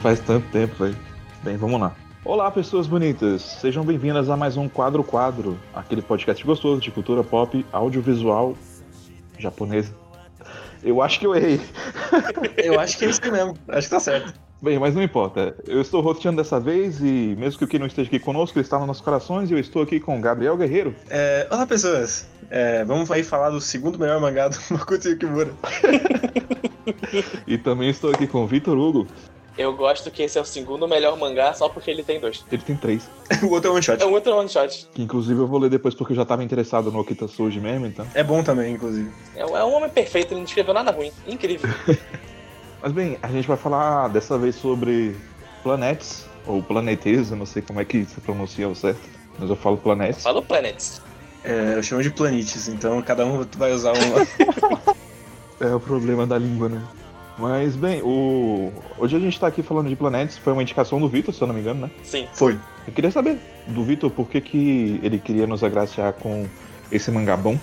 Faz tanto tempo, velho. Bem, vamos lá. Olá, pessoas bonitas. Sejam bem-vindas a mais um Quadro Quadro, aquele podcast gostoso de cultura pop, audiovisual, japonesa. Eu acho que eu errei. Eu acho que é isso mesmo. Acho que tá certo. Bem, mas não importa. Eu estou roteando dessa vez e mesmo que o Ki não esteja aqui conosco, ele está nos nossos corações e eu estou aqui com o Gabriel Guerreiro. Olá, pessoas. Vamos aí falar do segundo melhor mangá do Makoto Yukimura. E também estou aqui com o Vitor Hugo. Eu gosto que esse é o segundo melhor mangá só porque ele tem 2. Ele tem 3. O outro é one shot. É um outro one shot. Que inclusive eu vou ler depois porque eu já estava interessado no Okita Suji mesmo, então. É bom também, inclusive. É um homem perfeito, ele não escreveu nada ruim. Incrível. Mas bem, a gente vai falar dessa vez sobre Planets, ou Planetes, eu não sei como é que se pronuncia o certo, mas eu falo Planets. Fala o Planets. Eu chamo de planetes, então cada um vai usar uma. É o problema da língua, né? Mas bem, hoje a gente tá aqui falando de Planets, foi uma indicação do Vitor, se eu não me engano, né? Sim. Foi. Eu queria saber do Vitor por que ele queria nos agraciar com esse mangá bom.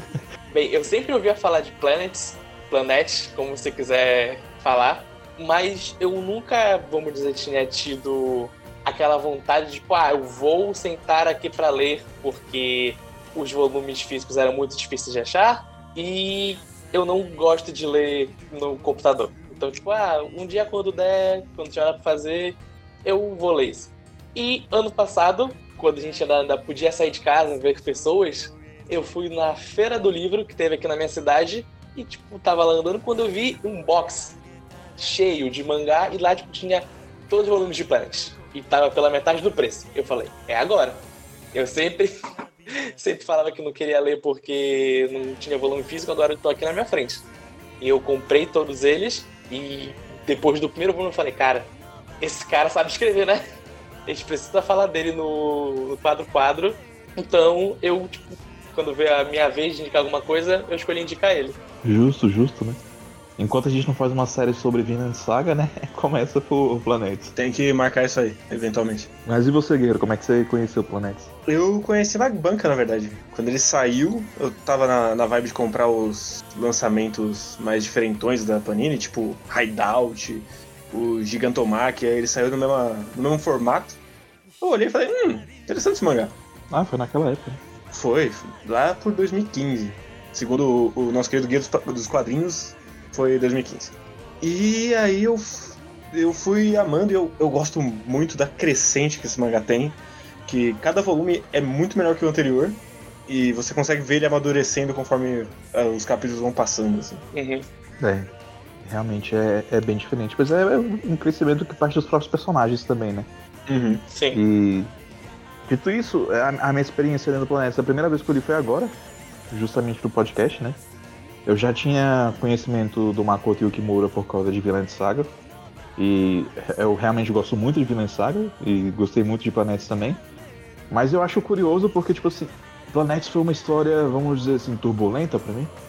Bem, eu sempre ouvia falar de Planets, como você quiser falar, mas eu nunca, vamos dizer, tinha tido aquela vontade de, tipo, eu vou sentar aqui pra ler, porque os volumes físicos eram muito difíceis de achar e eu não gosto de ler no computador. Então, tipo, um dia quando der, quando tiver pra fazer, eu vou ler isso. E ano passado, quando a gente ainda podia sair de casa, ver pessoas, eu fui na feira do livro que teve aqui na minha cidade e, tipo, tava lá andando quando eu vi um box cheio de mangá e lá, tipo, tinha todos os volumes de Planet. E tava pela metade do preço. Eu falei, é agora. Eu sempre falava que não queria ler porque não tinha volume físico, agora eu tô aqui na minha frente. E eu comprei todos eles e depois do primeiro volume eu falei, cara, esse cara sabe escrever, né? A gente precisa falar dele no quadro. Então eu, tipo, quando veio a minha vez de indicar alguma coisa, eu escolhi indicar ele. Justo, né? Enquanto a gente não faz uma série sobre Vinland Saga, né? Começa por Planets. Tem que marcar isso aí, eventualmente. Mas e você, Guerreiro? Como é que você conheceu Planets? Eu conheci na banca, na verdade. Quando ele saiu, eu tava na vibe de comprar os lançamentos mais diferentões da Panini, tipo Hideout, o Gigantomachia, ele saiu no mesmo formato. Eu olhei e falei, interessante esse mangá. Ah, foi naquela época. Foi, lá por 2015. Segundo o nosso querido Guia dos Quadrinhos, foi 2015. E aí eu fui amando e eu gosto muito da crescente que esse mangá tem, que cada volume é muito melhor que o anterior e você consegue ver ele amadurecendo conforme os capítulos vão passando, assim. Uhum. Realmente é bem diferente, mas é um crescimento que parte dos próprios personagens também, né? Uhum. Sim. E dito isso, a minha experiência lendo Planets, a primeira vez que eu li foi agora, justamente no podcast, né? Eu já tinha conhecimento do Makoto Yukimura por causa de Vinland Saga. E eu realmente gosto muito de Vinland Saga e gostei muito de Planets também. Mas eu acho curioso porque, tipo assim, Planets foi uma história, vamos dizer assim, turbulenta pra mim.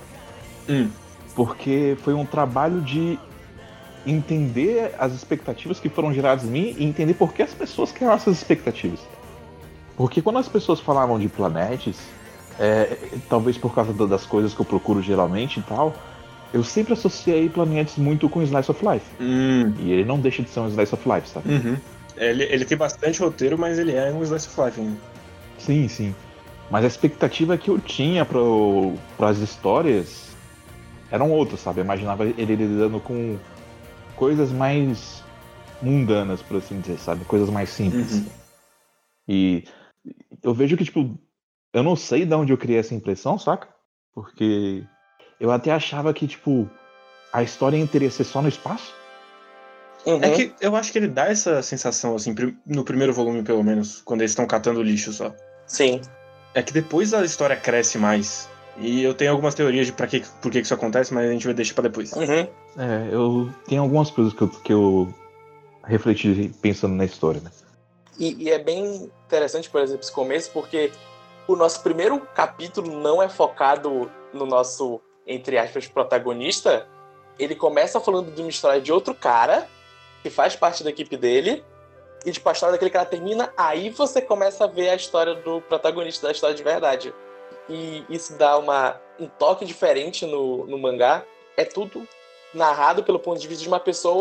Porque foi um trabalho de entender as expectativas que foram geradas em mim e entender por que as pessoas criaram essas expectativas. Porque quando as pessoas falavam de Planets, talvez por causa das coisas que eu procuro geralmente e tal, eu sempre associei Planets muito com Slice of Life. E ele não deixa de ser um Slice of Life, sabe? Uhum. Ele tem bastante roteiro, mas ele é um Slice of Life ainda. Sim. Mas a expectativa que eu tinha pras histórias eram outras, sabe? Eu imaginava ele lidando com coisas mais mundanas, por assim dizer, sabe? Coisas mais simples. Uhum. E eu vejo que, tipo, eu não sei de onde eu criei essa impressão, saca? Porque eu até achava que, tipo, a história inteira ia ser só no espaço. Uhum. É que eu acho que ele dá essa sensação, assim, no primeiro volume, pelo menos, quando eles estão catando lixo só. Sim. É que depois a história cresce mais. E eu tenho algumas teorias de por que isso acontece, mas a gente vai deixar pra depois. Uhum. Eu tenho algumas coisas que eu refleti pensando na história, né? E é bem interessante, por exemplo, esse começo, porque o nosso primeiro capítulo não é focado no nosso, entre aspas, protagonista. Ele começa falando de uma história de outro cara, que faz parte da equipe dele, e tipo, a história daquele cara termina, aí você começa a ver a história do protagonista da história de verdade. E isso dá um toque diferente no mangá. É tudo narrado pelo ponto de vista de uma pessoa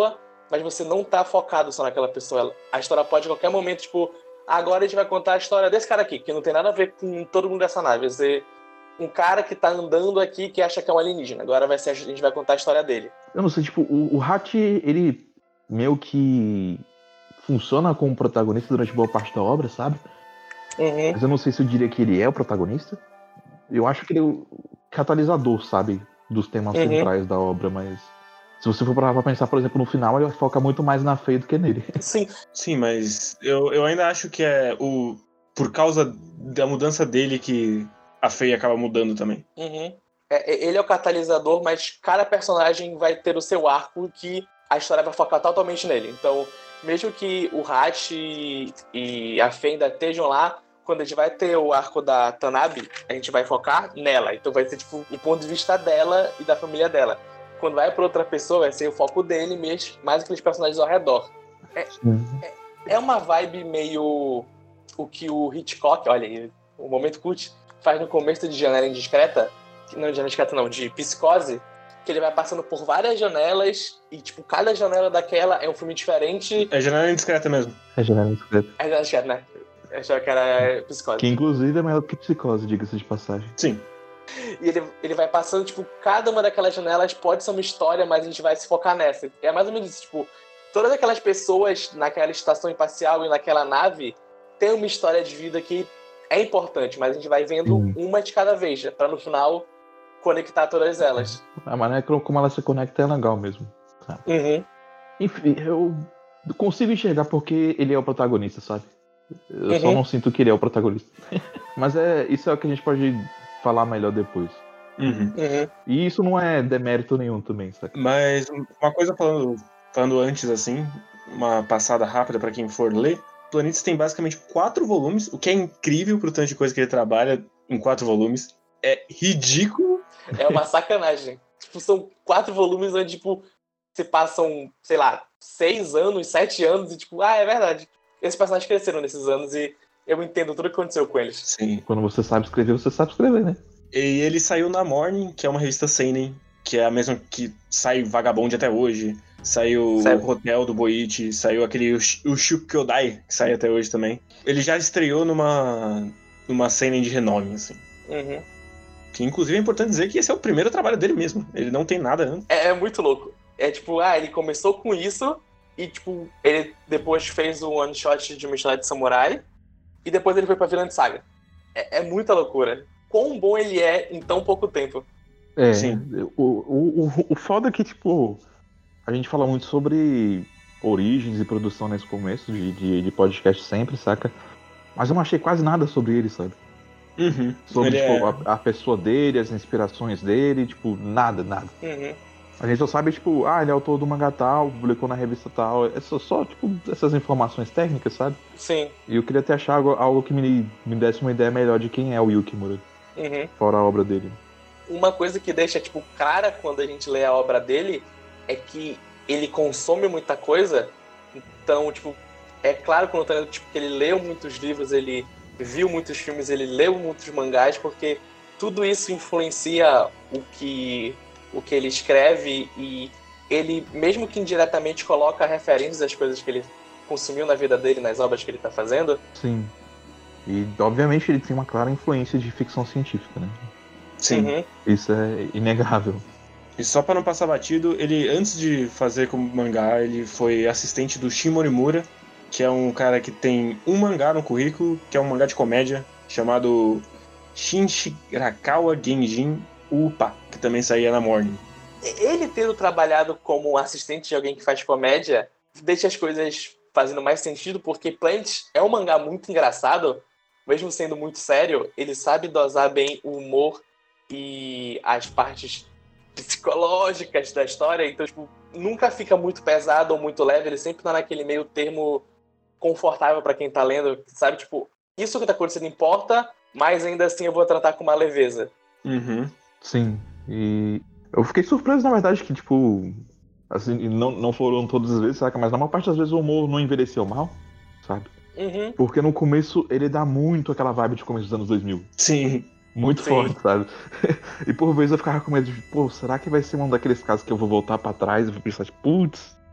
mas você não tá focado só naquela pessoa. A história pode, a qualquer momento, tipo, agora a gente vai contar a história desse cara aqui, que não tem nada a ver com todo mundo dessa nave. Vai ser um cara que tá andando aqui que acha que é um alienígena. Agora a gente vai contar a história dele. Eu não sei, tipo, o Hatch, ele meio que funciona como protagonista durante boa parte da obra, sabe? Uhum. Mas eu não sei se eu diria que ele é o protagonista. Eu acho que ele é o catalisador, sabe? Dos temas centrais da obra, mas se você for parar pra pensar, por exemplo, no final, ele foca muito mais na Faye do que nele. Sim, mas eu ainda acho que é por causa da mudança dele que a Faye acaba mudando também. Uhum. Ele é o catalisador, mas cada personagem vai ter o seu arco que a história vai focar totalmente nele. Então, mesmo que o Hatch e a Faye ainda estejam lá, quando a gente vai ter o arco da Tanabe, a gente vai focar nela. Então vai ser tipo o ponto de vista dela e da família dela. Quando vai para outra pessoa, vai ser o foco dele mesmo, mais aqueles personagens ao redor. É uma vibe meio o que o Hitchcock, olha aí, o momento cult, faz no começo de Janela Indiscreta, não de Janela Indiscreta não, de Psicose, que ele vai passando por várias janelas e, tipo, cada janela daquela é um filme diferente. É Janela Indiscreta mesmo. É Janela Indiscreta. É Janela Indiscreta, né? Eu achava que era Psicose. Que inclusive é melhor do que Psicose, diga-se de passagem. Sim. E ele vai passando, tipo, cada uma daquelas janelas pode ser uma história, mas a gente vai se focar nessa. É mais ou menos isso, tipo, todas aquelas pessoas naquela estação espacial e naquela nave tem uma história de vida que é importante, mas a gente vai vendo uma de cada vez, pra no final conectar todas elas. A maneira como ela se conecta é legal mesmo. Sabe? Uhum. Enfim, eu consigo enxergar porque ele é o protagonista, sabe? Eu só não sinto que ele é o protagonista. Mas isso é o que a gente pode falar melhor depois. E isso não é demérito nenhum também, sabe? Mas uma coisa falando antes, assim, uma passada rápida pra quem for ler, Planetas tem basicamente 4 volumes, o que é incrível pro tanto de coisa que ele trabalha em 4 volumes. É ridículo. É uma sacanagem. Tipo, são 4 volumes onde, tipo, se passam, sei lá, 6 anos, 7 anos e, tipo, é verdade. Esses personagens cresceram nesses anos e eu entendo tudo o que aconteceu com eles. Sim. Quando você sabe escrever, né? E ele saiu na Morning, que é uma revista seinen, que é a mesma que sai Vagabond até hoje. Saiu o Hotel do Boichi, saiu aquele o Shukyodai, que sai até hoje também. Ele já estreou numa seinen de renome, assim. Que inclusive é importante dizer que esse é o primeiro trabalho dele mesmo. Ele não tem nada antes. É muito louco. É tipo, ele começou com isso e, tipo, ele depois fez um one shot de uma história de samurai e depois ele foi pra Vinland Saga. É muita loucura. Quão bom ele é em tão pouco tempo. Sim. O foda é que, tipo, a gente fala muito sobre origens e produção nesse começo de podcast sempre, saca? Mas eu não achei quase nada sobre ele, sabe? Sobre, tipo, a pessoa dele, as inspirações dele, tipo, nada. A gente só sabe, tipo, ele é autor do mangá tal, publicou na revista tal. É só tipo, essas informações técnicas, sabe? Sim. E eu queria até achar algo que me desse uma ideia melhor de quem é o Yukimura. Fora a obra dele. Uma coisa que deixa, tipo, clara quando a gente lê a obra dele é que ele consome muita coisa. Então, tipo, é claro quando tá, tipo, que ele leu muitos livros, ele viu muitos filmes, ele leu muitos mangás, porque tudo isso influencia o que ele escreve e ele, mesmo que indiretamente, coloca referências às coisas que ele consumiu na vida dele, nas obras que ele tá fazendo. Sim. E, obviamente, ele tem uma clara influência de ficção científica, né? Sim. Isso é inegável. E só pra não passar batido, ele, antes de fazer como mangá, ele foi assistente do Shin Morimura, que é um cara que tem um mangá no currículo, que é um mangá de comédia, chamado Shinshirakawa Genjin Upa, que também saía na Morning. Ele tendo trabalhado como assistente de alguém que faz comédia, deixa as coisas fazendo mais sentido, porque Planet é um mangá muito engraçado, mesmo sendo muito sério, ele sabe dosar bem o humor e as partes psicológicas da história, então, tipo, nunca fica muito pesado ou muito leve, ele sempre tá naquele meio termo confortável pra quem tá lendo, sabe, tipo, isso que tá acontecendo importa, mas ainda assim eu vou tratar com uma leveza. Sim, e eu fiquei surpreso, na verdade, que, tipo, assim, não foram todas as vezes, saca? Mas na maior parte das vezes o humor não envelheceu mal, sabe? Porque no começo ele dá muito aquela vibe de começo dos anos 2000. Sim. Muito forte, sabe? E por vezes eu ficava com medo de, será que vai ser um daqueles casos que eu vou voltar pra trás e vou pensar, putz,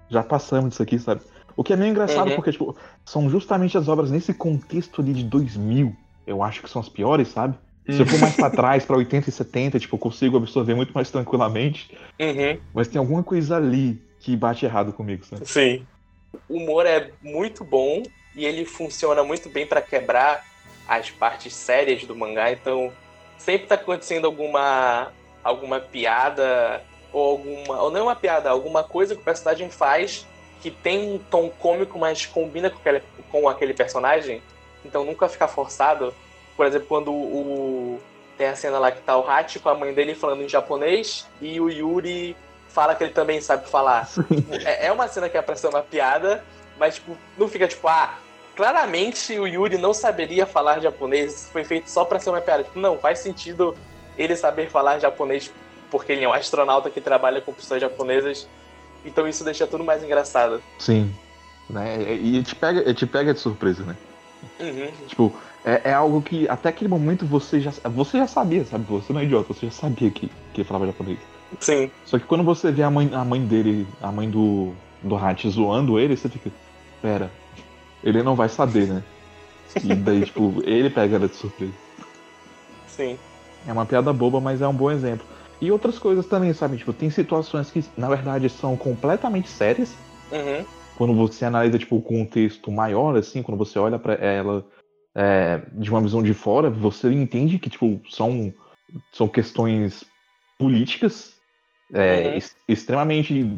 já passamos disso aqui, sabe? O que é meio engraçado, porque, tipo, são justamente as obras nesse contexto ali de 2000, eu acho que são as piores, sabe? Se eu for mais pra trás, pra 80 e 70, tipo, eu consigo absorver muito mais tranquilamente. Mas tem alguma coisa ali que bate errado comigo, sabe? Sim. O humor é muito bom e ele funciona muito bem pra quebrar as partes sérias do mangá. Então, sempre tá acontecendo alguma piada ou não é uma piada, alguma coisa que o personagem faz que tem um tom cômico, mas combina com aquele personagem. Então, nunca fica forçado. Por exemplo, quando tem a cena lá que tá o Hachi com a mãe dele falando em japonês e o Yuri fala que ele também sabe falar. Tipo, é uma cena que é pra ser uma piada, mas tipo, não fica tipo, claramente o Yuri não saberia falar japonês, foi feito só pra ser uma piada. Tipo, não, faz sentido ele saber falar japonês porque ele é um astronauta que trabalha com pessoas japonesas, então isso deixa tudo mais engraçado. Sim. Né? E te pega de surpresa, né? Tipo, é algo que até aquele momento você já sabia, sabe? Você não é idiota, você já sabia que ele falava japonês. Sim. Só que quando você vê a mãe dele, a mãe do Hachi zoando ele, você fica, pera, ele não vai saber, né? E daí, tipo, ele pega ela de surpresa. Sim. É uma piada boba, mas é um bom exemplo. E outras coisas também, sabe? Tipo, tem situações que, na verdade, são completamente sérias. Quando você analisa, tipo, o contexto maior, assim, quando você olha pra ela de uma visão de fora, você entende que, tipo, são questões políticas extremamente,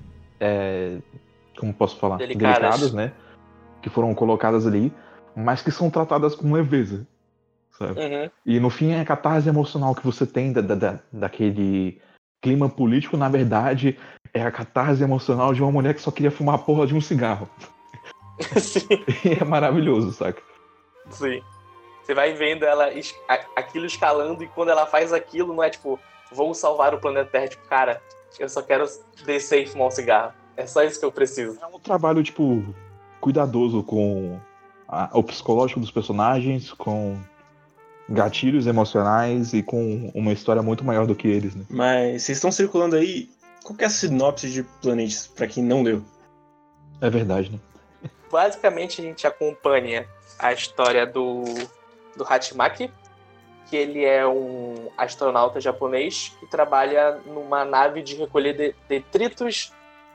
como posso falar? Delicadas, né? Que foram colocadas ali, mas que são tratadas com leveza, sabe? E no fim, a catarse emocional que você tem daquele clima político, na verdade, é a catarse emocional de uma mulher que só queria fumar a porra de um cigarro. Sim. E é maravilhoso, saca? Sim. Você vai vendo ela aquilo escalando e quando ela faz aquilo, não é tipo, vou salvar o planeta Terra, tipo, cara, eu só quero descer e fumar um cigarro. É só isso que eu preciso. É um trabalho, tipo, cuidadoso com o psicológico dos personagens, com gatilhos emocionais e com uma história muito maior do que eles, né? Mas vocês estão circulando aí, qual que é a sinopse de Planet, pra quem não leu? É verdade, né? Basicamente, a gente acompanha a história do Hachimaki, que ele é um astronauta japonês que trabalha numa nave de recolher detritos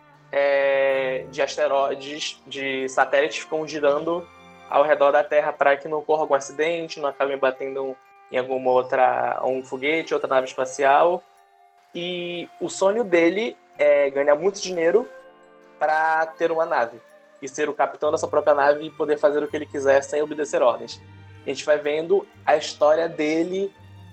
de asteroides, de satélites que ficam girando ao redor da Terra para que não ocorra algum acidente, não acabem batendo em alguma outra, um foguete, outra nave espacial. E o sonho dele é ganhar muito dinheiro para ter uma nave e ser o capitão da sua própria nave e poder fazer o que ele quiser sem obedecer ordens. A gente vai vendo a história dele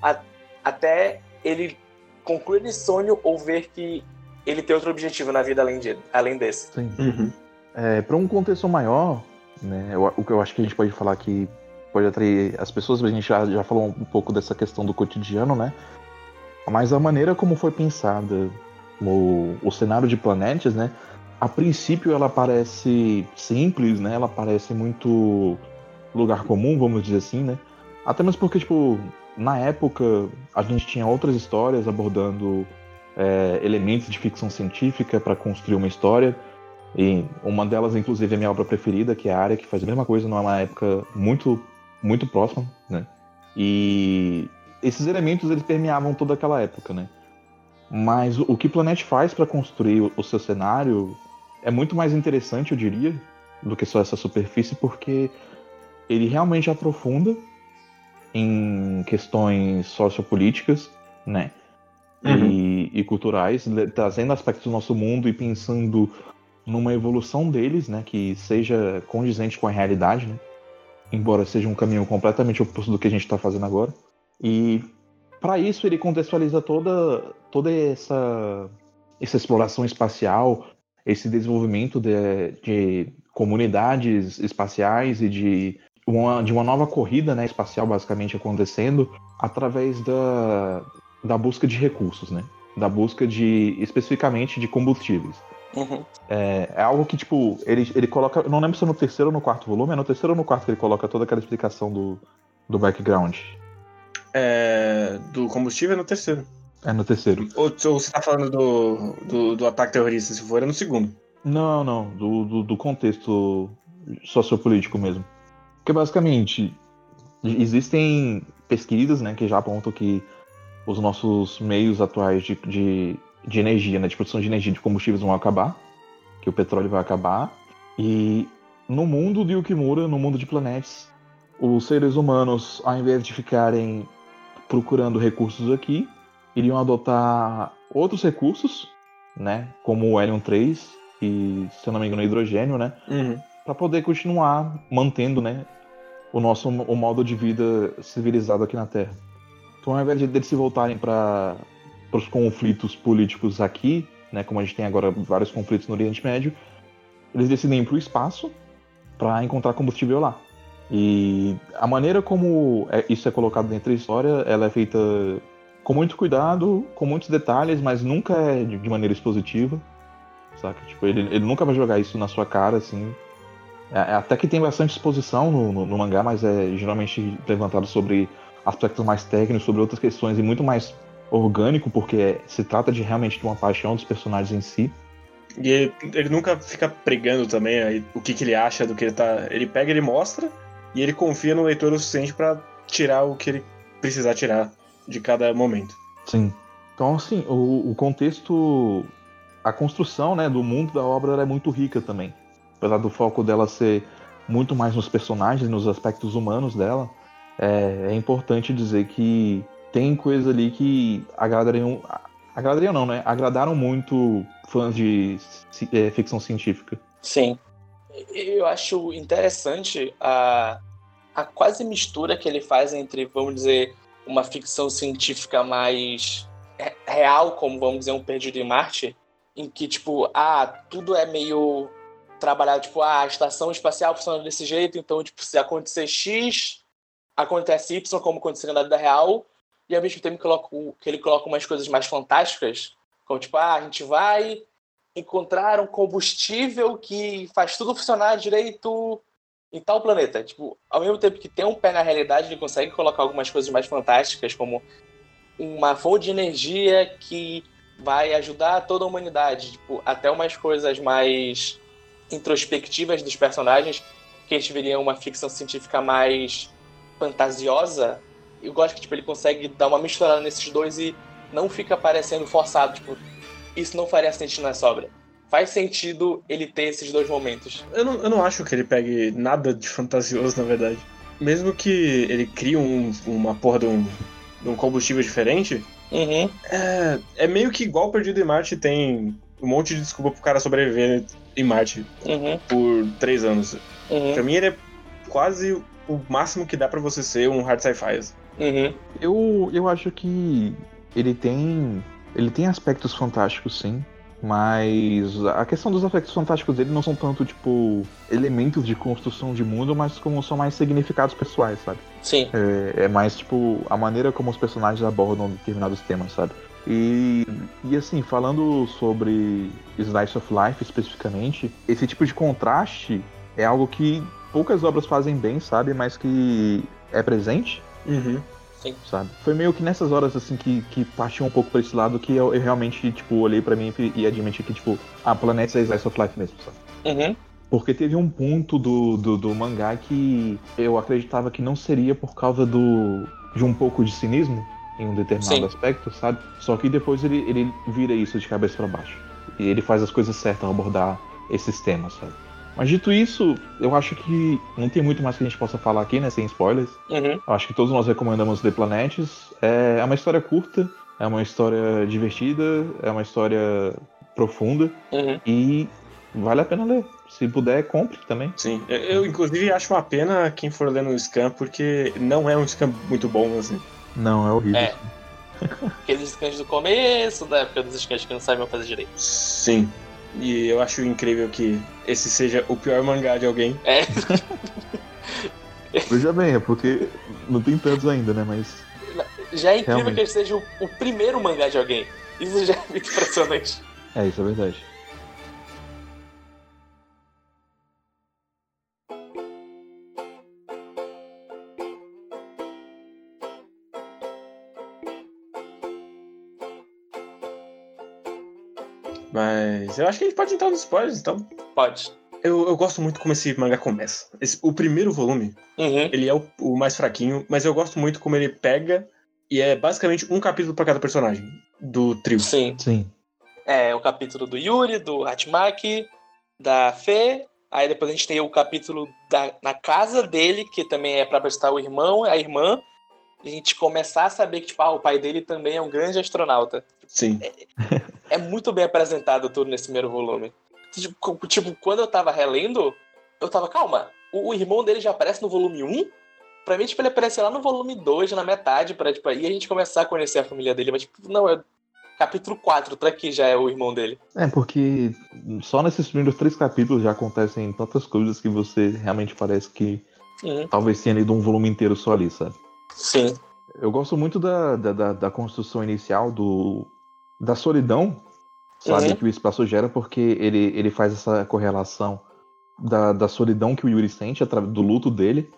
até ele concluir esse sonho ou ver que ele tem outro objetivo na vida além desse. Sim. Para um contexto maior, né, o que eu acho que a gente pode falar que pode atrair as pessoas, a gente já falou um pouco dessa questão do cotidiano, né? Mas a maneira como foi pensada o cenário de Planetes, né? A princípio ela parece simples, né? Ela parece muito lugar comum, vamos dizer assim, né? Até mesmo porque, tipo, na época a gente tinha outras histórias abordando elementos de ficção científica para construir uma história. E uma delas, inclusive, é minha obra preferida, que é a Área, que faz a mesma coisa numa época muito, muito próxima, né? E esses elementos, eles permeavam toda aquela época, né? Mas o que Planet faz para construir o seu cenário é muito mais interessante, eu diria, do que só essa superfície, porque ele realmente aprofunda em questões sociopolíticas, né? E culturais, trazendo aspectos do nosso mundo e pensando numa evolução deles, né? Que seja condizente com a realidade, né? Embora seja um caminho completamente oposto do que a gente está fazendo agora. E para isso ele contextualiza toda essa exploração espacial, esse desenvolvimento de comunidades espaciais e de uma nova corrida, né, espacial basicamente acontecendo através da busca de recursos, né? Da busca especificamente de combustíveis. É algo que, tipo, ele coloca, eu não lembro se é no terceiro ou no quarto volume, é no terceiro ou no quarto que ele coloca toda aquela explicação do background. Do combustível é no terceiro. É no terceiro. Ou você tá falando do ataque terrorista, se for, é no segundo. Não, não, do contexto sociopolítico mesmo. Porque basicamente existem pesquisas, né, que já apontam que os nossos meios atuais de energia, né, de produção de energia de combustíveis vão acabar, que o petróleo vai acabar. E no mundo de Yukimura, no mundo de Planetes, os seres humanos, ao invés de ficarem procurando recursos aqui, iriam adotar outros recursos, né, como o Helium 3 e, se eu não me engano, o hidrogênio, né, Uhum. para poder continuar mantendo, né, o modo de vida civilizado aqui na Terra. Então, ao invés de eles se voltarem para os conflitos políticos aqui, né, como a gente tem agora vários conflitos no Oriente Médio, eles decidem ir para o espaço para encontrar combustível lá. E a maneira como isso é colocado dentro da história, ela é feita com muito cuidado, com muitos detalhes, mas nunca é de maneira expositiva, saca? Tipo, ele nunca vai jogar isso na sua cara, assim. Até que tem bastante exposição no mangá, mas é geralmente levantado sobre aspectos mais técnicos, sobre outras questões e muito mais orgânico, porque se trata de realmente de uma paixão dos personagens em si. E ele nunca fica pregando também aí, o que ele acha do que ele tá. Ele pega, ele mostra e ele confia no leitor o suficiente pra tirar o que ele precisar tirar de cada momento. Sim. Então, assim, o contexto, a construção, né, do mundo da obra ela é muito rica também. Apesar do foco dela ser muito mais nos personagens, nos aspectos humanos dela, é importante dizer que tem coisas ali que agradariam. Agradariam não, né? Agradaram muito fãs de ficção científica. Sim. Eu acho interessante a quase mistura que ele faz entre, vamos dizer, uma ficção científica mais real, como, vamos dizer, um Perdido em Marte, em que, tipo, tudo é meio trabalhado, tipo, a estação espacial funciona desse jeito, então, tipo, se acontecer X, acontece Y, como aconteceria na vida real, e ao mesmo tempo que ele coloca umas coisas mais fantásticas, como, tipo, a gente vai encontrar um combustível que faz tudo funcionar direito em tal planeta. Tipo, ao mesmo tempo que tem um pé na realidade, ele consegue colocar algumas coisas mais fantásticas, como uma fonte de energia que vai ajudar toda a humanidade. Tipo, até umas coisas mais introspectivas dos personagens, que a gente veria uma ficção científica mais fantasiosa. Eu gosto que tipo, ele consegue dar uma misturada nesses dois e não fica parecendo forçado. Tipo, isso não faria sentido na sobra. Faz sentido ele ter esses dois momentos. Eu não acho que ele pegue nada de fantasioso, na verdade. Mesmo que ele crie uma porra de um combustível diferente, Uhum. é meio que igual Perdido em Marte tem um monte de desculpa pro cara sobreviver em Marte por 3 anos. Pra mim ele é quase o máximo que dá pra você ser um hard sci-fi. Eu acho que ele tem aspectos fantásticos, sim. Mas a questão dos aspectos fantásticos dele não são tanto, tipo, elementos de construção de mundo, mas como são mais significados pessoais, sabe? Sim. É mais, tipo, a maneira como os personagens abordam determinados temas, sabe? E assim, falando sobre Slice of Life especificamente, esse tipo de contraste é algo que poucas obras fazem bem, sabe? Mas que é presente. Sim. Sabe? Foi meio que nessas horas, assim, que partiu um pouco pra esse lado que eu realmente, tipo, olhei pra mim e admiti que, tipo, Planet é Slice of Life mesmo, sabe? Porque teve um ponto do mangá que eu acreditava que não seria por causa de um pouco de cinismo em um determinado aspecto, sabe? Só que depois ele vira isso de cabeça pra baixo. E ele faz as coisas certas ao abordar esses temas, sabe? Mas dito isso, eu acho que não tem muito mais que a gente possa falar aqui, né? Sem spoilers. Eu acho que todos nós recomendamos The Planetes. É uma história curta, é uma história divertida, é uma história profunda e vale a pena ler. Se puder, compre também. Sim, eu inclusive acho uma pena quem for ler no Scan, porque não é um Scan muito bom, assim. Não, é horrível. É. Aqueles scans do começo, da época dos scans que não sabiam fazer direito. Sim. E eu acho incrível que esse seja o pior mangá de alguém. É. Veja bem, é porque não tem tantos ainda, né? Mas. Já é incrível realmente. que ele seja o primeiro mangá de alguém. Isso já é muito impressionante. É, isso é verdade. Mas eu acho que a gente pode entrar nos spoilers, então. Pode. Eu gosto muito como esse mangá começa. O primeiro volume, ele é o mais fraquinho, mas eu gosto muito como ele pega e é basicamente um capítulo pra cada personagem do trio. Sim. Sim. É o capítulo do Yuri, do Hatimaki, da Fê. Aí depois a gente tem o capítulo na casa dele, que também é pra apresentar o irmão, a irmã. E a gente começar a saber que tipo, o pai dele também é um grande astronauta. Sim. É muito bem apresentado tudo nesse primeiro volume. Tipo, quando eu tava relendo, eu tava, calma, o irmão dele já aparece no volume 1? Pra mim, tipo, ele aparece lá no volume 2, na metade, pra tipo, aí a gente começar a conhecer a família dele. Mas, tipo, não, é capítulo 4, pra que já é o irmão dele. É, porque só nesses primeiros 3 capítulos já acontecem tantas coisas que você realmente parece que talvez tenha lido um volume inteiro só ali, sabe? Sim. Eu gosto muito da construção inicial da solidão, sabe, que o espaço gera, porque ele faz essa correlação da solidão que o Yuri sente através do luto dele,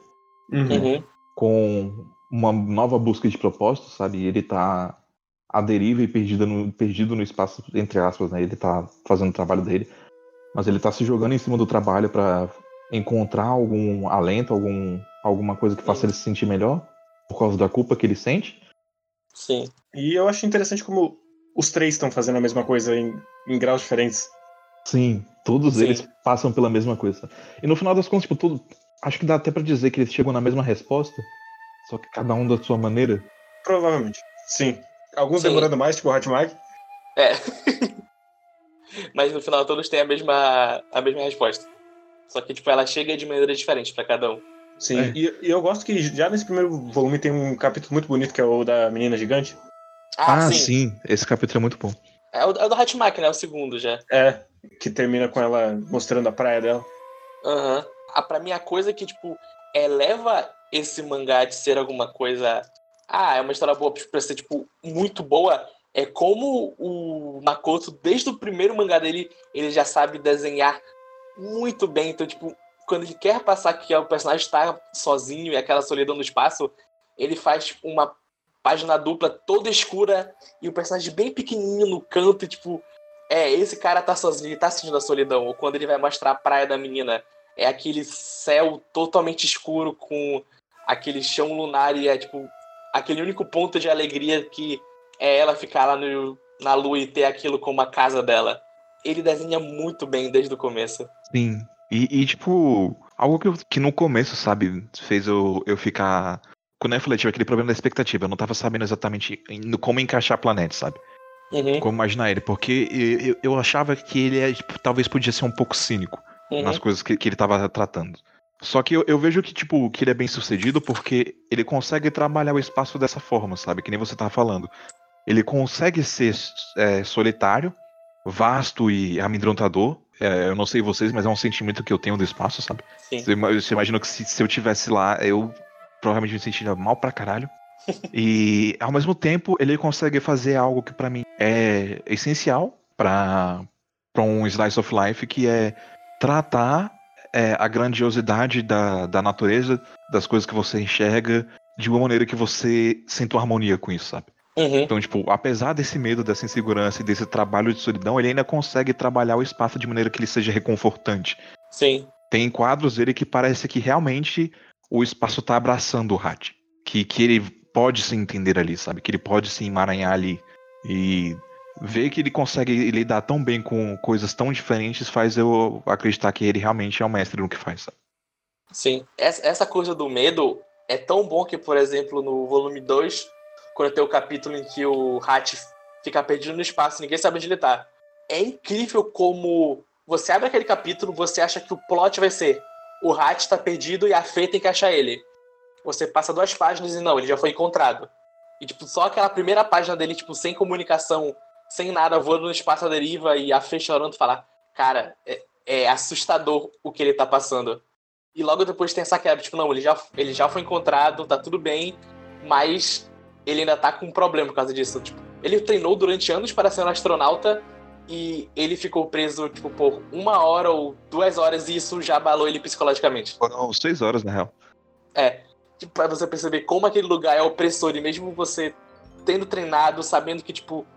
com uma nova busca de propósito, sabe? Ele tá à deriva e perdido no espaço, entre aspas, né? Ele tá fazendo o trabalho dele, mas ele tá se jogando em cima do trabalho pra encontrar algum alento, alguma coisa que faça ele se sentir melhor, por causa da culpa que ele sente. Sim. E eu acho interessante como os 3 estão fazendo a mesma coisa em graus diferentes. Sim, todos eles passam pela mesma coisa. E no final das contas, tipo, acho que dá até pra dizer que eles chegam na mesma resposta, só que cada um da sua maneira. Provavelmente, sim. Alguns demorando mais, tipo o Hatimaki. É. Mas no final todos têm a mesma resposta. Só que, tipo, ela chega de maneira diferente pra cada um. Sim, e eu gosto que já nesse primeiro volume tem um capítulo muito bonito, que é o da menina gigante. Sim. Esse capítulo é muito bom. É o do Hatimaki, né? O segundo já. É, que termina com ela mostrando a praia dela. Pra mim, a coisa que, tipo, eleva esse mangá de ser alguma coisa... é uma história boa pra ser, tipo, muito boa, é como o Makoto, desde o primeiro mangá dele, ele já sabe desenhar muito bem. Então, tipo, quando ele quer passar que o personagem está sozinho e aquela solidão no espaço, ele faz tipo, uma página dupla toda escura e o personagem bem pequenininho no canto, e, tipo, esse cara tá sozinho, ele tá sentindo a solidão. Ou quando ele vai mostrar a praia da menina, é aquele céu totalmente escuro com aquele chão lunar e é, tipo, aquele único ponto de alegria que é ela ficar lá na lua e ter aquilo como a casa dela. Ele desenha muito bem desde o começo. Sim. E tipo, algo que no começo, sabe, fez eu ficar... Quando eu falei, tive aquele problema da expectativa. Eu não tava sabendo exatamente como encaixar Planet, sabe? Como imaginar ele. Porque eu achava que ele tipo, talvez podia ser um pouco cínico nas coisas que ele tava tratando. Só que eu vejo que, tipo, que ele é bem sucedido porque ele consegue trabalhar o espaço dessa forma, sabe? Que nem você tava falando. Ele consegue ser solitário, vasto e amedrontador. Eu não sei vocês, mas é um sentimento que eu tenho do espaço, sabe? Você imagina que se eu tivesse lá, eu provavelmente me sentiria mal pra caralho. E, ao mesmo tempo, ele consegue fazer algo que pra mim é essencial pra um slice of life, que é tratar a grandiosidade da natureza, das coisas que você enxerga, de uma maneira que você sinta uma harmonia com isso, sabe? Então, tipo, apesar desse medo, dessa insegurança e desse trabalho de solidão, ele ainda consegue trabalhar o espaço de maneira que ele seja reconfortante. Sim. Tem quadros dele que parece que realmente o espaço tá abraçando o Hachi. Que ele pode se entender ali, sabe? Que ele pode se emaranhar ali. E ver que ele consegue lidar tão bem com coisas tão diferentes faz eu acreditar que ele realmente é um mestre no que faz, sabe? Sim. Essa coisa do medo é tão bom que, por exemplo, no volume 2, quando tem o capítulo em que o Hachi fica perdido no espaço e ninguém sabe onde ele tá. É incrível como você abre aquele capítulo, você acha que o plot vai ser o Hachi tá perdido e a Fê tem que achar ele. Você passa 2 páginas e não, ele já foi encontrado. E, tipo, só aquela primeira página dele, tipo, sem comunicação, sem nada, voando no espaço à deriva e a Fê chorando, falar, cara, é assustador o que ele tá passando. E logo depois tem essa quebra, tipo, não, ele já foi encontrado, tá tudo bem, mas ele ainda tá com um problema por causa disso. Tipo, ele treinou durante anos para ser um astronauta e ele ficou preso, tipo, por 1 hora ou 2 horas e isso já abalou ele psicologicamente. Foram 6 horas, na real. Tipo, pra você perceber como aquele lugar é opressor e mesmo você tendo treinado, sabendo que, tipo,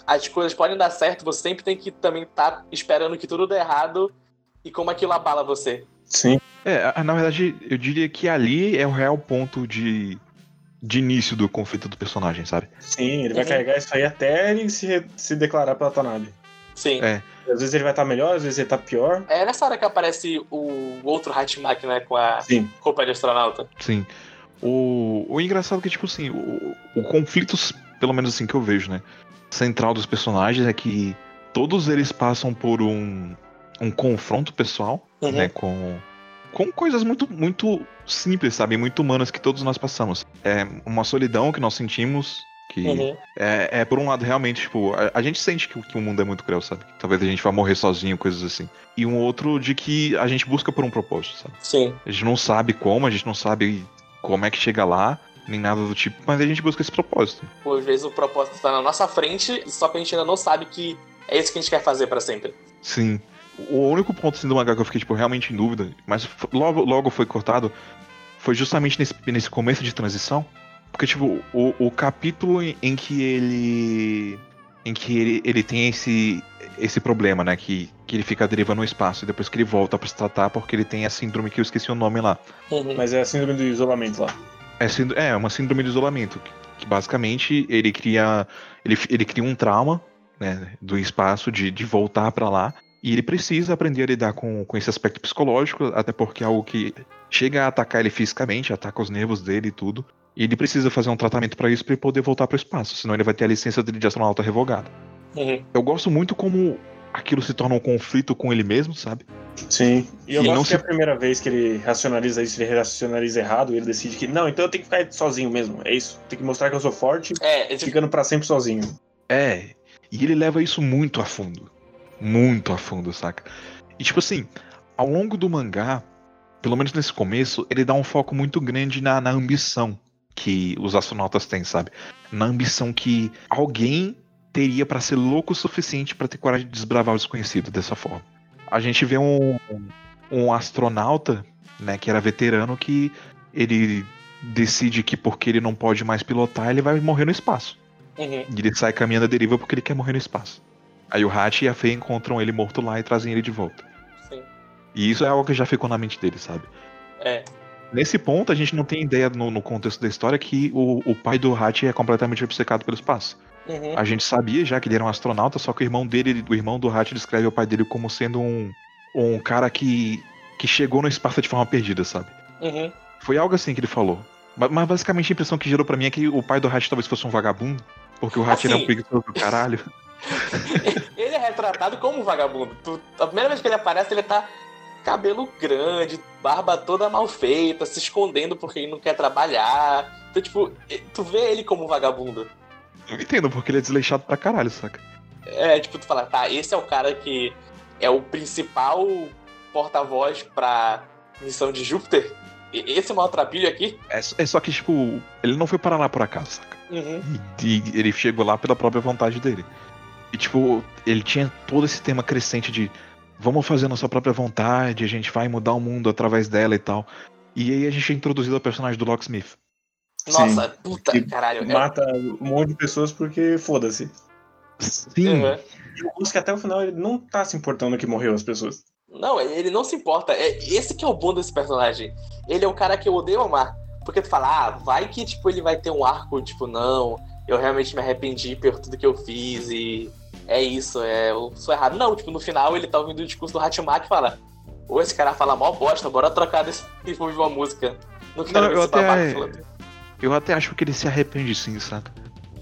as coisas podem dar certo, você sempre tem que também estar esperando que tudo dê errado e como aquilo abala você. Sim. Na verdade, eu diria que ali é o real ponto de início do conflito do personagem, sabe? Sim, ele vai carregar isso aí até ele se declarar pela Tanabe. Sim. Às vezes ele vai estar melhor, às vezes ele tá pior. É nessa hora que aparece o outro Hachimak, né? Com a roupa de astronauta. Sim. O engraçado é que, tipo assim, o conflito, pelo menos assim que eu vejo, né? Central dos personagens é que todos eles passam por um confronto pessoal, né? Com coisas muito, muito simples, sabe? Muito humanas que todos nós passamos. É uma solidão que nós sentimos. Que por um lado, realmente, tipo, a gente sente que o mundo é muito cruel, sabe? Talvez a gente vá morrer sozinho, coisas assim. E um outro de que a gente busca por um propósito, sabe? Sim. A gente não sabe como, a gente não sabe como é que chega lá, nem nada do tipo, mas a gente busca esse propósito. Pô, às vezes o propósito tá na nossa frente, só que a gente ainda não sabe que é isso que a gente quer fazer pra sempre. Sim. O único ponto assim, do mangá que eu fiquei, tipo, realmente em dúvida, mas logo foi cortado, foi justamente nesse começo de transição. Porque, tipo, o capítulo em que ele tem esse problema, né? Que ele fica à deriva no espaço, e depois que ele volta pra se tratar, porque ele tem a síndrome que eu esqueci o nome lá. Mas é a síndrome do isolamento lá. É uma síndrome do isolamento, que basicamente ele cria um trauma, né, do espaço de voltar pra lá, e ele precisa aprender a lidar com esse aspecto psicológico, até porque é algo que chega a atacar ele fisicamente, ataca os nervos dele e tudo. E ele precisa fazer um tratamento pra isso pra ele poder voltar pro espaço, senão ele vai ter a licença dele de astronauta revogada. Eu gosto muito como aquilo se torna um conflito com ele mesmo, sabe? Sim. E eu gosto que é a primeira vez que ele racionaliza isso, ele racionaliza errado, ele decide que, não, então eu tenho que ficar sozinho mesmo, é isso. Tem que mostrar que eu sou forte, ficando pra sempre sozinho. E ele leva isso muito a fundo, saca? E tipo assim, ao longo do mangá, pelo menos nesse começo, ele dá um foco muito grande na ambição que os astronautas têm, sabe? Na ambição que alguém teria pra ser louco o suficiente pra ter coragem de desbravar o desconhecido dessa forma. A gente vê um astronauta, né, que era veterano, que ele decide que porque ele não pode mais pilotar, ele vai morrer no espaço. E ele sai caminhando a deriva porque ele quer morrer no espaço. Aí o Hachi e a Fei encontram ele morto lá e trazem ele de volta. Sim. E isso é algo que já ficou na mente dele, sabe? Nesse ponto, a gente não tem ideia no contexto da história que o pai do Hachi é completamente obcecado pelo espaço. A gente sabia já que ele era um astronauta, só que o irmão do Hachi descreve o pai dele como sendo um cara que chegou no espaço de forma perdida, sabe? Foi algo assim que ele falou. Mas basicamente a impressão que gerou pra mim é que o pai do Hachi talvez fosse um vagabundo, porque o Hachi era um preguiçoso do caralho. Ele é retratado como um vagabundo. A primeira vez que ele aparece, ele tá cabelo grande, barba toda mal feita, se escondendo porque ele não quer trabalhar. Então, tipo, tu vê ele como um vagabundo. Eu entendo, porque ele é desleixado pra caralho, saca? Tipo, tu fala, tá, esse é o cara que é o principal porta-voz pra missão de Júpiter? Esse maltrapilho aqui? É só que, tipo, ele não foi parar lá por acaso, saca? E ele chegou lá pela própria vontade dele. E, tipo, ele tinha todo esse tema crescente de vamos fazer a nossa própria vontade, a gente vai mudar o mundo através dela e tal. E aí a gente é introduzido ao personagem do Locksmith. Nossa, puta, caralho. Mata um monte de pessoas porque foda-se. Sim. E eu gosto que até o final ele não tá se importando que morreu as pessoas. Não, ele não se importa. Esse que é o bom desse personagem. Ele é o cara que eu odeio amar. Porque tu fala, vai que tipo, ele vai ter um arco, tipo, não, eu realmente me arrependi por tudo que eu fiz e é isso, eu sou errado. Não, tipo, no final ele tá ouvindo o discurso do Hachimak e fala, esse cara fala mó bosta, bora trocar desse e ouvir uma música. Não quero ver esse babaca falando. Eu até acho que ele se arrepende sim, saca?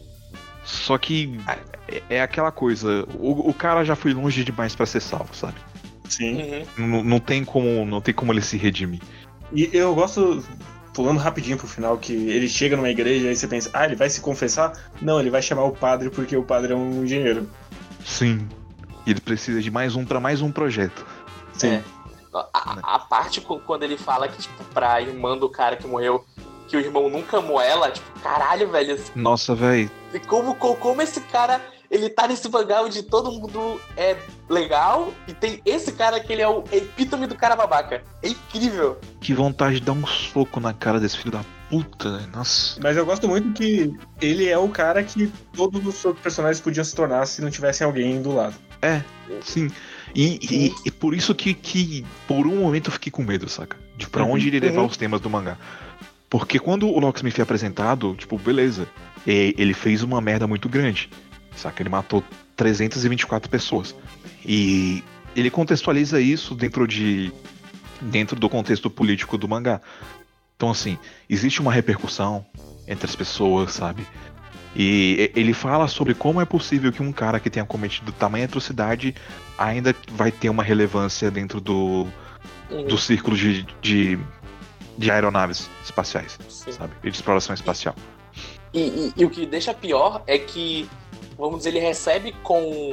Só que é aquela coisa, o cara já foi longe demais pra ser salvo, sabe? Sim. Não tem como ele se redimir. E eu gosto, pulando rapidinho pro final, que ele chega numa igreja e aí você pensa, ele vai se confessar? Não, ele vai chamar o padre porque o padre é um engenheiro. Sim. E ele precisa de mais um projeto. Sim. A parte quando ele fala que, tipo, pra irmã do cara que morreu, que o irmão nunca amou ela, tipo, caralho, velho. Nossa, velho. Como esse cara, ele tá nesse mangá onde todo mundo é legal e tem esse cara que ele é o epítome do cara babaca. É incrível. Que vontade de dar um soco na cara desse filho da puta, né? Nossa. Mas eu gosto muito que ele é o cara que todos os outros personagens podiam se tornar se não tivessem alguém do lado. Sim. E por isso que por um momento eu fiquei com medo, saca? De pra onde ele levar os temas do mangá. Porque quando o Locksmith é apresentado, tipo, beleza, ele fez uma merda muito grande, saca? Ele matou 324 pessoas. E ele contextualiza isso dentro do contexto político do mangá. Então, assim, existe uma repercussão entre as pessoas, sabe? E ele fala sobre como é possível que um cara que tenha cometido tamanha atrocidade ainda vai ter uma relevância dentro do círculo de aeronaves espaciais, sabe? E de exploração espacial. E o que deixa pior é que, vamos dizer, ele recebe com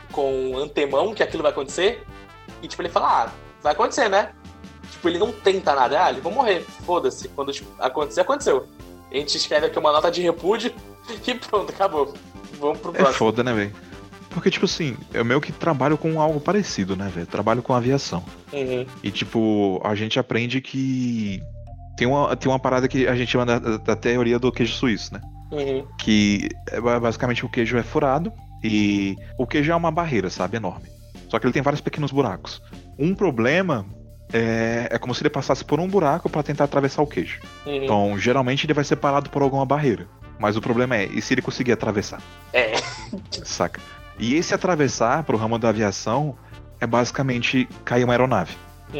antemão que aquilo vai acontecer e, tipo, ele fala, vai acontecer, né? Tipo, ele não tenta nada, eles vão morrer, foda-se. Quando acontecer, aconteceu. A gente escreve aqui uma nota de repúdio e pronto, acabou. Vamos pro próximo. É foda, né, velho? Porque, tipo assim, eu meio que trabalho com algo parecido, né, velho? Trabalho com aviação. E, tipo, a gente aprende que tem uma parada que a gente chama da teoria do queijo suíço, né? Que, basicamente, o queijo é furado e o queijo é uma barreira, sabe? Enorme. Só que ele tem vários pequenos buracos. Um problema é como se ele passasse por um buraco pra tentar atravessar o queijo. Então, geralmente, ele vai ser parado por alguma barreira. Mas o problema e se ele conseguir atravessar? Saca? E esse atravessar pro ramo da aviação é basicamente cair uma aeronave.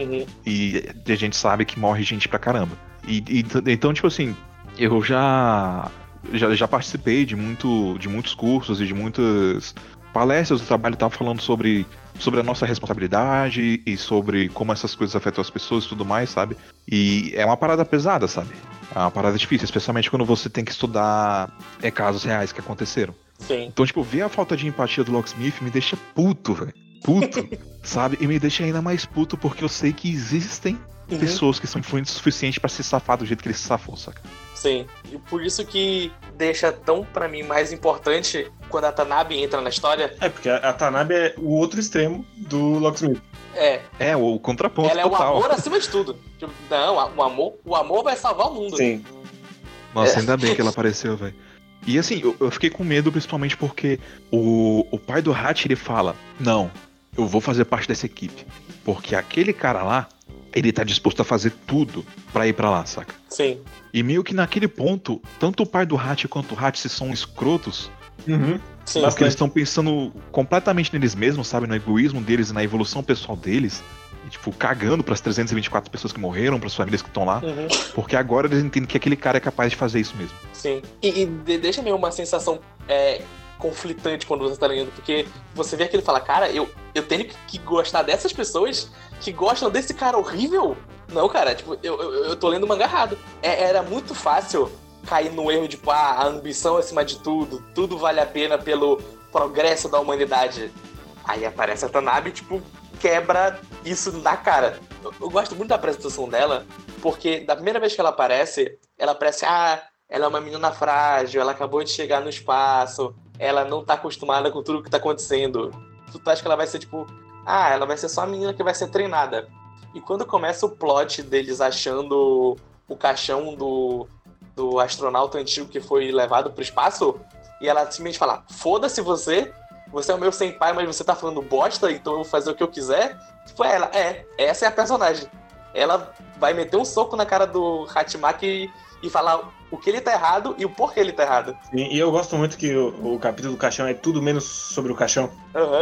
E a gente sabe que morre gente pra caramba. Então, tipo assim, eu já participei de muitos cursos e de muitas palestras do trabalho, tava falando sobre a nossa responsabilidade e sobre como essas coisas afetam as pessoas e tudo mais, sabe? E é uma parada pesada, sabe? É uma parada difícil, especialmente quando você tem que estudar casos reais que aconteceram. Sim. Então, tipo, ver a falta de empatia do Locksmith me deixa puto, velho. Puto, sabe? E me deixa ainda mais puto porque eu sei que existem pessoas que são influentes o suficiente pra se safar do jeito que ele se safou, saca? Sim, e por isso que deixa tão, pra mim, mais importante quando a Tanabe entra na história. Porque a Tanabe é o outro extremo do Locksmith. O contraponto ela total. É o amor acima de tudo. Tipo, não, o amor vai salvar o mundo. Sim. Nossa, ainda bem que ela apareceu, velho. E assim, eu fiquei com medo principalmente porque o pai do Hachi, ele fala, não, eu vou fazer parte dessa equipe. Porque aquele cara lá, ele tá disposto a fazer tudo pra ir pra lá, saca? Sim. E meio que naquele ponto, tanto o pai do Hachi quanto o Hachi são escrotos. Sim, porque eles estão pensando completamente neles mesmos, sabe? No egoísmo deles e na evolução pessoal deles. E, tipo, cagando pras 324 pessoas que morreram, pras famílias que estão lá. Porque agora eles entendem que aquele cara é capaz de fazer isso mesmo. Sim. E deixa meio uma sensação conflitante quando você tá lendo. Porque você vê que ele fala, cara, eu tenho que gostar dessas pessoas que gostam desse cara horrível? Não, cara, tipo, eu tô lendo o mangá errado. Era muito fácil cair no erro de, tipo, a ambição acima de tudo vale a pena pelo progresso da humanidade. Aí aparece a Tanabe, tipo, quebra isso na cara. Eu gosto muito da apresentação dela, porque da primeira vez que ela aparece, ela é uma menina frágil, ela acabou de chegar no espaço, ela não tá acostumada com tudo que tá acontecendo. Tu acha que ela vai ser, tipo, ela vai ser só a menina que vai ser treinada. E quando começa o plot deles achando o caixão do astronauta antigo que foi levado pro espaço, e ela simplesmente fala, foda-se você é o meu senpai, mas você tá falando bosta, então eu vou fazer o que eu quiser. Tipo, essa é a personagem. Ela vai meter um soco na cara do Hatimaki e falar o que ele tá errado e o porquê ele tá errado. Sim, e eu gosto muito que o capítulo do caixão é tudo menos sobre o caixão.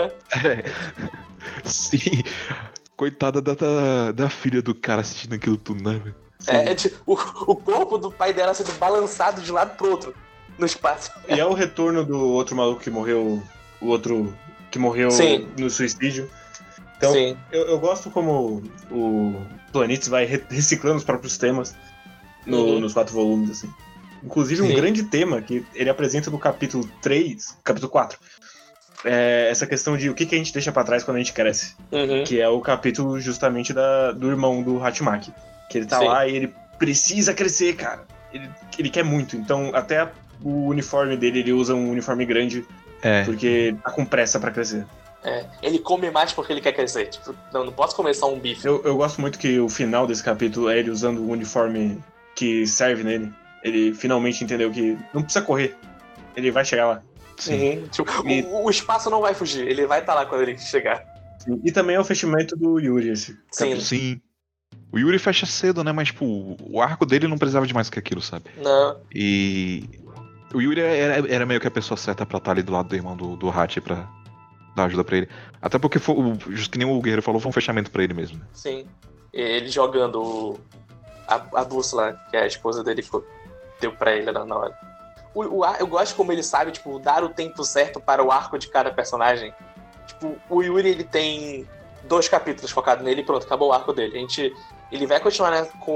Sim. Coitada da filha do cara assistindo aquilo tudo, né, velho? Tipo, o corpo do pai dela sendo balançado de um lado pro outro no espaço. E é o retorno do outro maluco que morreu, o outro que morreu no suicídio. Então, eu gosto como o Planitz vai reciclando os próprios temas nos 4 volumes, assim. Inclusive, um grande tema que ele apresenta no capítulo 4, é essa questão de o que a gente deixa pra trás quando a gente cresce. Que é o capítulo justamente do irmão do Hatimaki. Que ele tá lá e ele precisa crescer, cara. Ele quer muito. Então, até o uniforme dele, ele usa um uniforme grande. Porque tá com pressa pra crescer. Ele come mais porque ele quer crescer. Tipo, não posso comer só um bife. Eu gosto muito que o final desse capítulo é ele usando o uniforme que serve nele. Ele finalmente entendeu que não precisa correr. Ele vai chegar lá. Sim. Tipo, o espaço não vai fugir. Ele vai estar lá quando ele chegar. Sim. E também é o fechamento do Yuri esse capítulo. Sim. O Yuri fecha cedo, né? Mas, tipo, o arco dele não precisava de mais que aquilo, sabe? Não. E o Yuri era meio que a pessoa certa pra estar ali do lado do irmão do Hachi pra dar ajuda pra ele. Até porque, justo que nem o Guerreiro falou, foi um fechamento pra ele mesmo. Né? Sim. Ele jogando a bússola que a esposa dele deu pra ele na hora. Eu gosto como ele sabe, tipo, dar o tempo certo para o arco de cada personagem. Tipo, o Yuri, ele tem 2 capítulos focados nele e pronto, acabou o arco dele. Ele vai continuar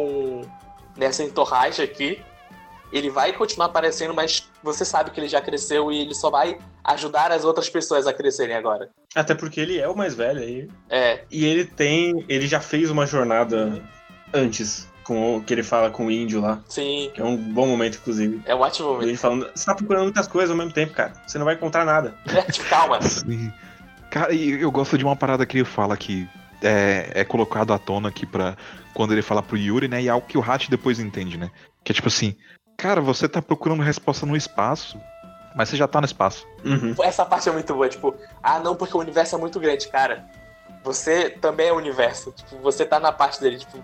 nessa entorragem aqui. Ele vai continuar aparecendo, mas você sabe que ele já cresceu e ele só vai ajudar as outras pessoas a crescerem agora. Até porque ele é o mais velho aí. É. E ele já fez uma jornada antes, com o que ele fala com o índio lá. Sim. Que é um bom momento, inclusive. É um ótimo momento. Ele falando, você tá procurando muitas coisas ao mesmo tempo, cara. Você não vai encontrar nada. Tipo, calma. Sim. Cara, e eu gosto de uma parada que ele fala que é colocado à tona aqui pra quando ele fala pro Yuri, né? E é algo que o Hachi depois entende, né? Que é tipo assim, cara, você tá procurando resposta no espaço, mas você já tá no espaço. Uhum. Essa parte é muito boa, tipo, não, porque o universo é muito grande, cara. Você também é o universo. Tipo, você tá na parte dele, tipo,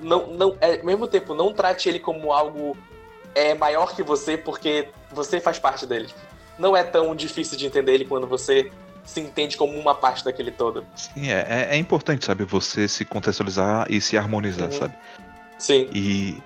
ao mesmo tempo, não trate ele como algo maior que você, porque você faz parte dele. Tipo, não é tão difícil de entender ele quando você se entende como uma parte daquele todo. Sim, é importante, sabe, você se contextualizar e se harmonizar, sabe? Sim. E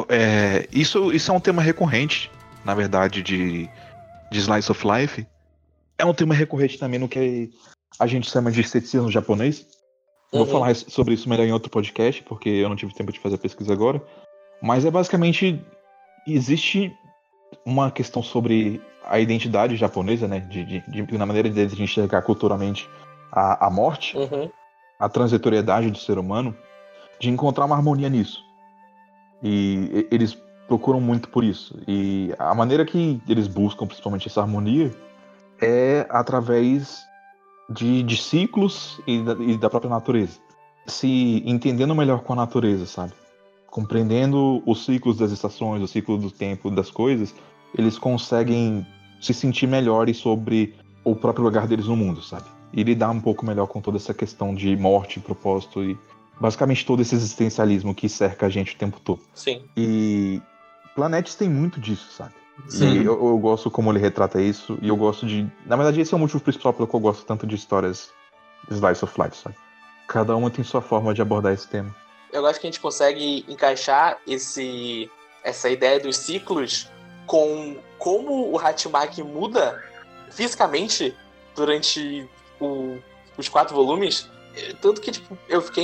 isso é um tema recorrente, na verdade, de Slice of Life. É um tema recorrente também no que a gente chama de esteticismo japonês. Vou falar sobre isso melhor em outro podcast, porque eu não tive tempo de fazer a pesquisa agora. Mas basicamente, existe uma questão sobre a identidade japonesa, né? Na maneira deles de enxergar culturalmente a morte, a transitoriedade do ser humano, de encontrar uma harmonia nisso. E eles procuram muito por isso. E a maneira que eles buscam, principalmente, essa harmonia é através de ciclos e da própria natureza. Se entendendo melhor com a natureza, sabe? Compreendendo os ciclos das estações, o ciclo do tempo, das coisas, eles conseguem se sentir melhores sobre o próprio lugar deles no mundo, sabe? E lidar um pouco melhor com toda essa questão de morte, propósito e basicamente todo esse existencialismo que cerca a gente o tempo todo. Sim. E Planetes tem muito disso, sabe? Sim. E eu gosto como ele retrata isso, e eu gosto de... Na verdade, esse é o motivo principal pelo que eu gosto tanto de histórias Slice of Life, sabe? Cada uma tem sua forma de abordar esse tema. Eu acho que a gente consegue encaixar essa ideia dos ciclos com como o Hatimaki muda fisicamente durante os 4 volumes. Tanto que, tipo, eu fiquei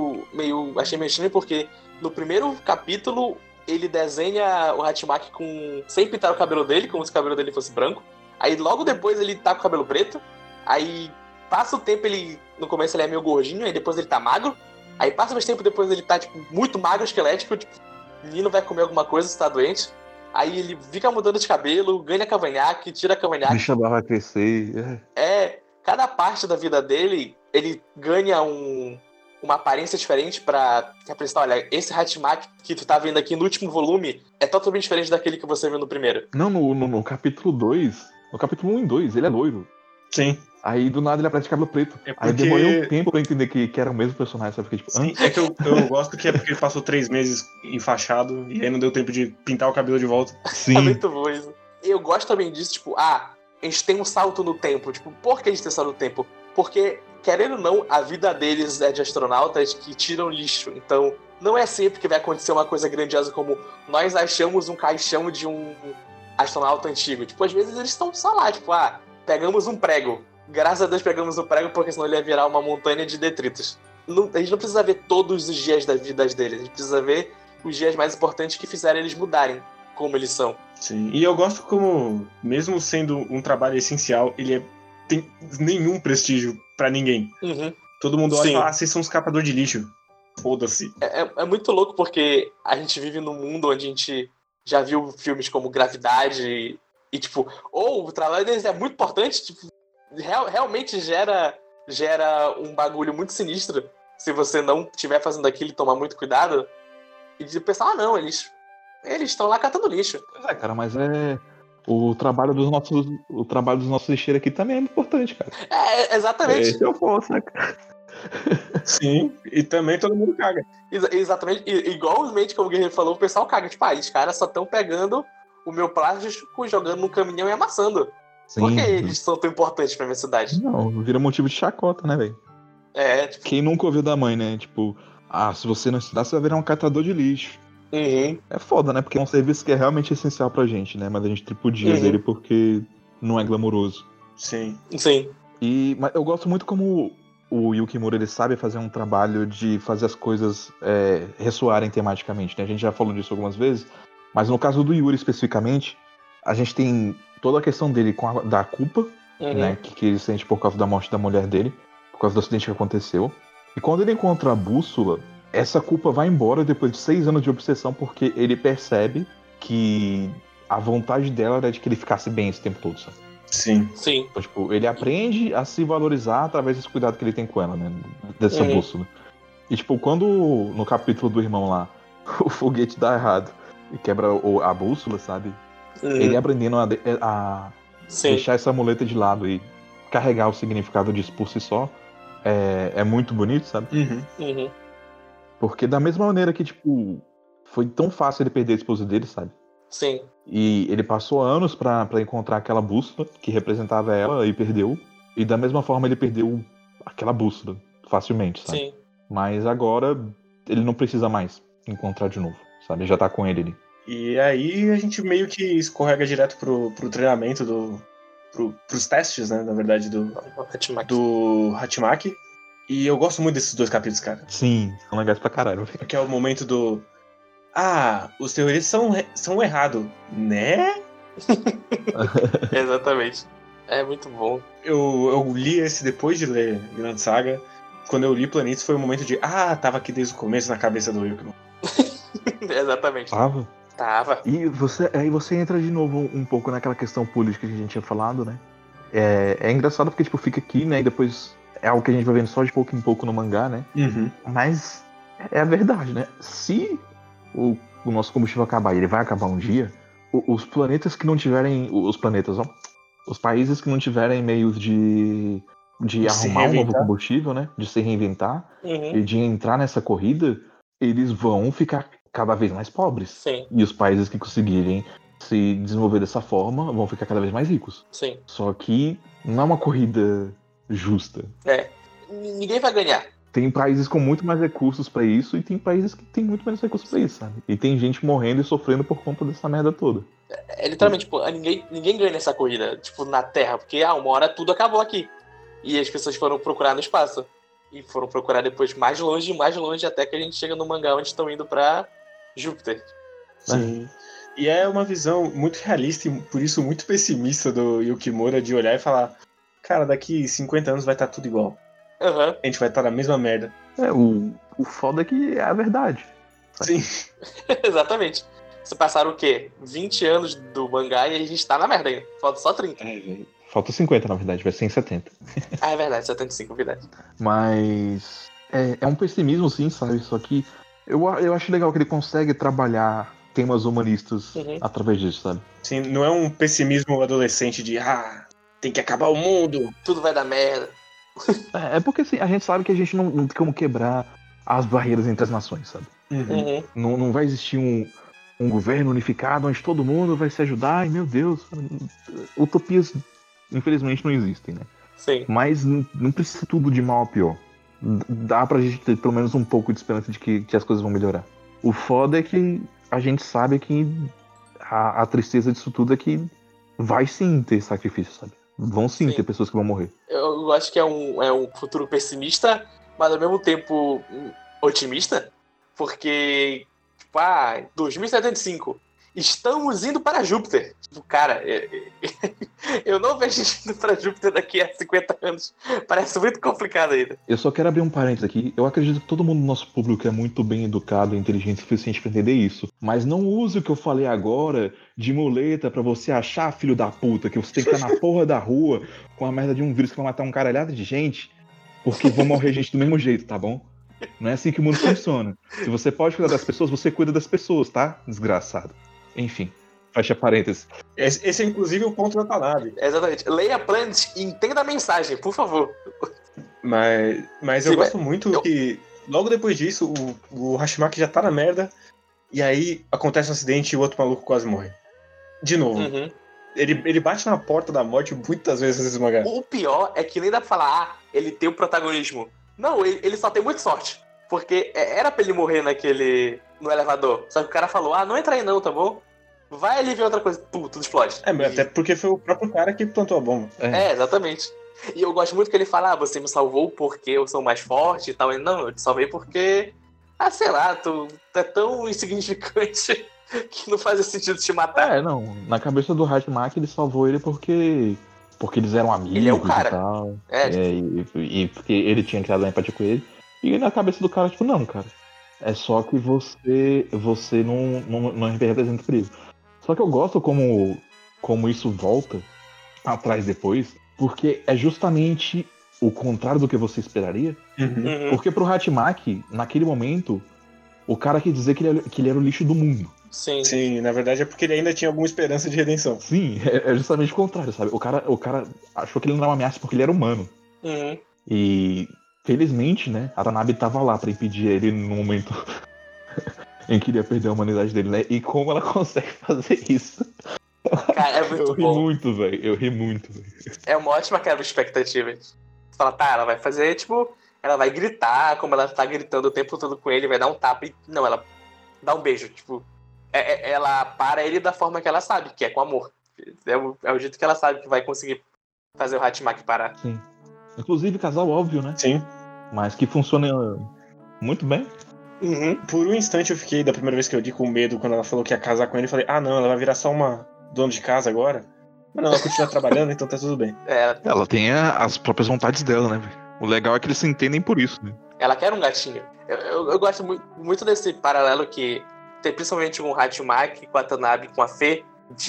achei meio estranho, porque no primeiro capítulo ele desenha o Hatimaki sem pintar o cabelo dele, como se o cabelo dele fosse branco. Aí logo depois ele tá com o cabelo preto. Aí passa o tempo, no começo ele é meio gordinho, aí depois ele tá magro. Aí passa mais tempo, depois ele tá, tipo, muito magro, esquelético, tipo, o menino vai comer alguma coisa se tá doente. Aí ele fica mudando de cabelo, ganha cavanhaque, tira cavanhaque. Deixa a barra crescer. Cada parte da vida dele, ele ganha uma aparência diferente pra representar, olha, esse Hatimaki que tu tá vendo aqui no último volume é totalmente diferente daquele que você viu no primeiro. Não, no capítulo 2, no capítulo 1 e 2, ele é loiro. Sim. Aí do nada ele aparece de cabelo preto. Porque... Aí demorou um tempo pra entender que era o mesmo personagem, sabe? Porque, tipo, sim, é que eu gosto que é porque ele passou 3 meses enfaixado e aí não deu tempo de pintar o cabelo de volta. Sim. É muito bom isso. Eu gosto também disso, tipo, a gente tem um salto no tempo. Tipo, por que a gente tem um salto no tempo? Porque, querendo ou não, a vida deles é de astronautas que tiram lixo. Então, não é sempre que vai acontecer uma coisa grandiosa como nós achamos um caixão de um astronauta antigo. Tipo, às vezes eles estão só lá, tipo, pegamos um prego. Graças a Deus pegamos o prego, porque senão ele ia virar uma montanha de detritos. A gente não precisa ver todos os dias das vidas deles. A gente precisa ver os dias mais importantes que fizeram eles mudarem como eles são. Sim, e eu gosto como, mesmo sendo um trabalho essencial, ele tem nenhum prestígio pra ninguém. Todo mundo olha e fala, vocês são os capadores de lixo. Foda-se. É muito louco, porque a gente vive num mundo onde a gente já viu filmes como Gravidade e tipo, o trabalho deles é muito importante, tipo, realmente gera gera um bagulho muito sinistro se você não estiver fazendo aquilo e tomar muito cuidado. E de pensar, não, eles estão lá catando lixo. Pois é, cara, mas o trabalho dos nossos lixeiros aqui também é importante, cara. Exatamente. Esse é o ponto, né, cara? Sim, e também todo mundo caga. Exatamente. Igualmente, como o Guerreiro falou, o pessoal caga. Tipo, os caras só estão pegando o meu plástico, jogando no caminhão e amassando. Sim. Por que eles são tão importantes pra minha cidade? Não, vira motivo de chacota, né, velho? Tipo... Quem nunca ouviu da mãe, né? Tipo, se você não estudar, você vai virar um catador de lixo. Uhum. É foda, né? Porque é um serviço que é realmente essencial pra gente, né? Mas a gente tripudia dele porque não é glamouroso. Sim. Mas eu gosto muito como o Yukimura, ele sabe fazer um trabalho de fazer as coisas ressoarem tematicamente, né? A gente já falou disso algumas vezes, mas no caso do Yuri especificamente, a gente tem toda a questão dele da culpa, né? Que ele sente por causa da morte da mulher dele, por causa do acidente que aconteceu. E quando ele encontra a bússola, essa culpa vai embora depois de 6 anos de obsessão, porque ele percebe que a vontade dela era de que ele ficasse bem esse tempo todo, sabe? Sim. Então, tipo, ele aprende a se valorizar através desse cuidado que ele tem com ela, né? Dessa bússola. E, tipo, quando no capítulo do irmão lá, o foguete dá errado e quebra a bússola, sabe? Ele aprendendo a deixar essa muleta de lado e carregar o significado disso por si só é muito bonito, sabe? Porque da mesma maneira que, tipo, foi tão fácil ele perder a esposa dele, sabe? Sim. E ele passou anos pra encontrar aquela bússola que representava ela e perdeu. E da mesma forma ele perdeu aquela bússola facilmente, sabe? Sim. Mas agora ele não precisa mais encontrar de novo, sabe? Já tá com ele ali. E aí a gente meio que escorrega direto pro treinamento pros testes, né? Na verdade, do Hatimaki. E eu gosto muito desses 2 capítulos, cara. Sim, são legais pra caralho. Que é o momento do... os terroristas são errados, né? Exatamente. É muito bom. Eu li esse depois de ler Vinland Saga. Quando eu li Planetas foi o momento de... tava aqui desde o começo na cabeça do Wilkman. Exatamente. Tava. E aí você entra de novo um pouco naquela questão política que a gente tinha falado, né? É engraçado porque, tipo, fica aqui, né? E depois é algo que a gente vai vendo só de pouco em pouco no mangá, né? Mas é a verdade, né? Se o nosso combustível acabar, e ele vai acabar um dia, os planetas que não tiverem... Os países que não tiverem meios de arrumar um novo combustível, né? De se reinventar e de entrar nessa corrida, eles vão ficar cada vez mais pobres. Sim. E os países que conseguirem se desenvolver dessa forma vão ficar cada vez mais ricos. Sim. Só que não é uma corrida justa. Ninguém vai ganhar. Tem países com muito mais recursos pra isso e tem países que tem muito menos recursos pra isso, sabe? E tem gente morrendo e sofrendo por conta dessa merda toda. Literalmente, tipo, ninguém ganha nessa corrida, tipo, na Terra, porque uma hora tudo acabou aqui. E as pessoas foram procurar no espaço. E foram procurar depois mais longe, até que a gente chega no mangá onde estão indo pra Júpiter. Sim. E é uma visão muito realista e por isso muito pessimista do Yukimura de olhar e falar: cara, daqui 50 anos vai estar tudo igual. A gente vai estar na mesma merda. O foda é que é a verdade. Sim. Exatamente. Você passaram o quê? 20 anos do mangá e a gente tá na merda ainda. Falta só 30. Falta 50, na verdade, vai ser em 70. É verdade, 75, verdade. Mas é um pessimismo, sim, sabe? Só que eu acho legal que ele consegue trabalhar temas humanistas através disso, sabe? Sim, não é um pessimismo adolescente de tem que acabar o mundo. Tudo vai dar merda. É porque assim, a gente sabe que a gente não tem como quebrar as barreiras entre as nações, sabe? Não vai existir um governo unificado onde todo mundo vai se ajudar e, meu Deus, utopias infelizmente não existem, né? Sim. Mas não precisa ser tudo de mal a pior. Dá pra gente ter pelo menos um pouco de esperança de que as coisas vão melhorar. O foda é que a gente sabe que a tristeza disso tudo é que vai sim ter sacrifício, sabe? Vão sim ter pessoas que vão morrer. Eu acho que é um futuro pessimista, mas ao mesmo tempo otimista, porque, tipo, 2075, estamos indo para Júpiter. Tipo, cara, eu não vejo indo para Júpiter daqui a 50 anos. Parece muito complicado ainda. Eu só quero abrir um parênteses aqui. Eu acredito que todo mundo do nosso público é muito bem educado e inteligente o suficiente para entender isso. Mas não use o que eu falei agora de muleta pra você achar, filho da puta, que você tem que estar na porra da rua com a merda de um vírus que vai matar um caralhada de gente Porque vão morrer gente do mesmo jeito, tá bom? Não é assim que o mundo funciona. Se você pode cuidar das pessoas, você cuida das pessoas, tá? Desgraçado. Enfim, fecha parênteses. Esse é inclusive o ponto da Tanabe. Exatamente. Leia Planet e entenda a mensagem, por favor. Mas Sim, eu gosto muito eu- que logo depois disso o Hashimaki já tá na merda e aí acontece um acidente e o outro maluco quase morre. De novo. Uhum. Ele bate na porta da morte muitas vezes nesse mangá. O pior é que nem dá pra falar, ele tem o protagonismo. Não, ele só tem muita sorte. Porque era pra ele morrer no elevador. Só que o cara falou, não entra aí não, tá bom? Vai ali ver outra coisa. Pum, tudo explode. Mas até porque foi o próprio cara que plantou a bomba. Exatamente. E eu gosto muito que ele fala, você me salvou porque eu sou mais forte e tal. E não, eu te salvei porque... sei lá, tu é tão insignificante que não faz sentido te matar. Não. Na cabeça do Hashimaki, ele salvou ele porque eles eram amigos Ele é o cara. e tal. Tipo... E porque ele tinha criado uma empatia com ele. E na cabeça do cara, tipo, não, cara. É só que você não representa o perigo. Só que eu gosto como isso volta atrás depois, porque é justamente o contrário do que você esperaria. Uhum. Porque pro Hashimaki, naquele momento, o cara quer dizer que ele era o lixo do mundo. Sim. Sim, na verdade é porque ele ainda tinha alguma esperança de redenção. Sim, é justamente o contrário, sabe? O cara achou que ele não era uma ameaça porque ele era humano. Uhum. E, felizmente, né, a Tanabe tava lá pra impedir ele no momento em que ele ia perder a humanidade dele, né? E como ela consegue fazer isso? Cara, é muito Eu ri bom. muito, velho. Eu ri muito, velho. É uma ótima quebra de expectativa. Você fala, ela vai fazer, tipo... Ela vai gritar, como ela tá gritando o tempo todo com ele, vai dar um tapa e... Não, ela dá um beijo, tipo... Ela para ele da forma que ela sabe, que é com amor. É o jeito que ela sabe que vai conseguir fazer o Hashimaki parar. Sim. Inclusive, casal óbvio, né? Sim. Mas que funciona muito bem. Uhum. Por um instante eu fiquei, da primeira vez que eu li, com medo quando ela falou que ia casar com ele. Eu falei, não, ela vai virar só uma dona de casa agora. Mas não, ela continua trabalhando, então tá tudo bem. Ela tem as próprias vontades dela, né, velho? O legal é que eles se entendem por isso, né? Ela quer um gatinho. Eu gosto muito desse paralelo que tem principalmente com o Hachimaki, com a Tanabe, com a Fê,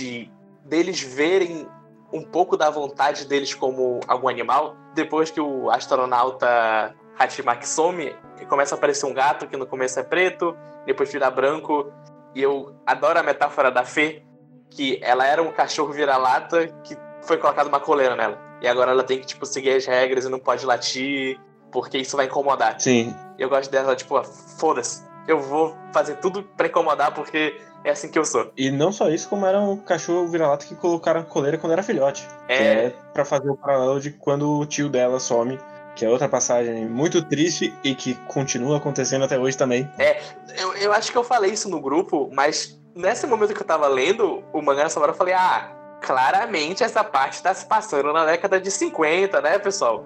deles verem um pouco da vontade deles como algum animal. Depois que o astronauta Hachimaki some, começa a aparecer um gato que no começo é preto, depois vira branco. E eu adoro a metáfora da Fê, que ela era um cachorro vira-lata que foi colocado uma coleira nela. E agora ela tem que, seguir as regras e não pode latir, porque isso vai incomodar. Sim. E eu gosto dela, foda-se. Eu vou fazer tudo pra incomodar, porque é assim que eu sou. E não só isso, como era um cachorro vira-lata que colocaram coleira quando era filhote. Que é pra fazer o paralelo de quando o tio dela some, que é outra passagem muito triste e que continua acontecendo até hoje também. Eu acho que eu falei isso no grupo, mas nesse momento que eu tava lendo o mangá nessa hora, eu falei, claramente essa parte tá se passando na década de 50, né, pessoal?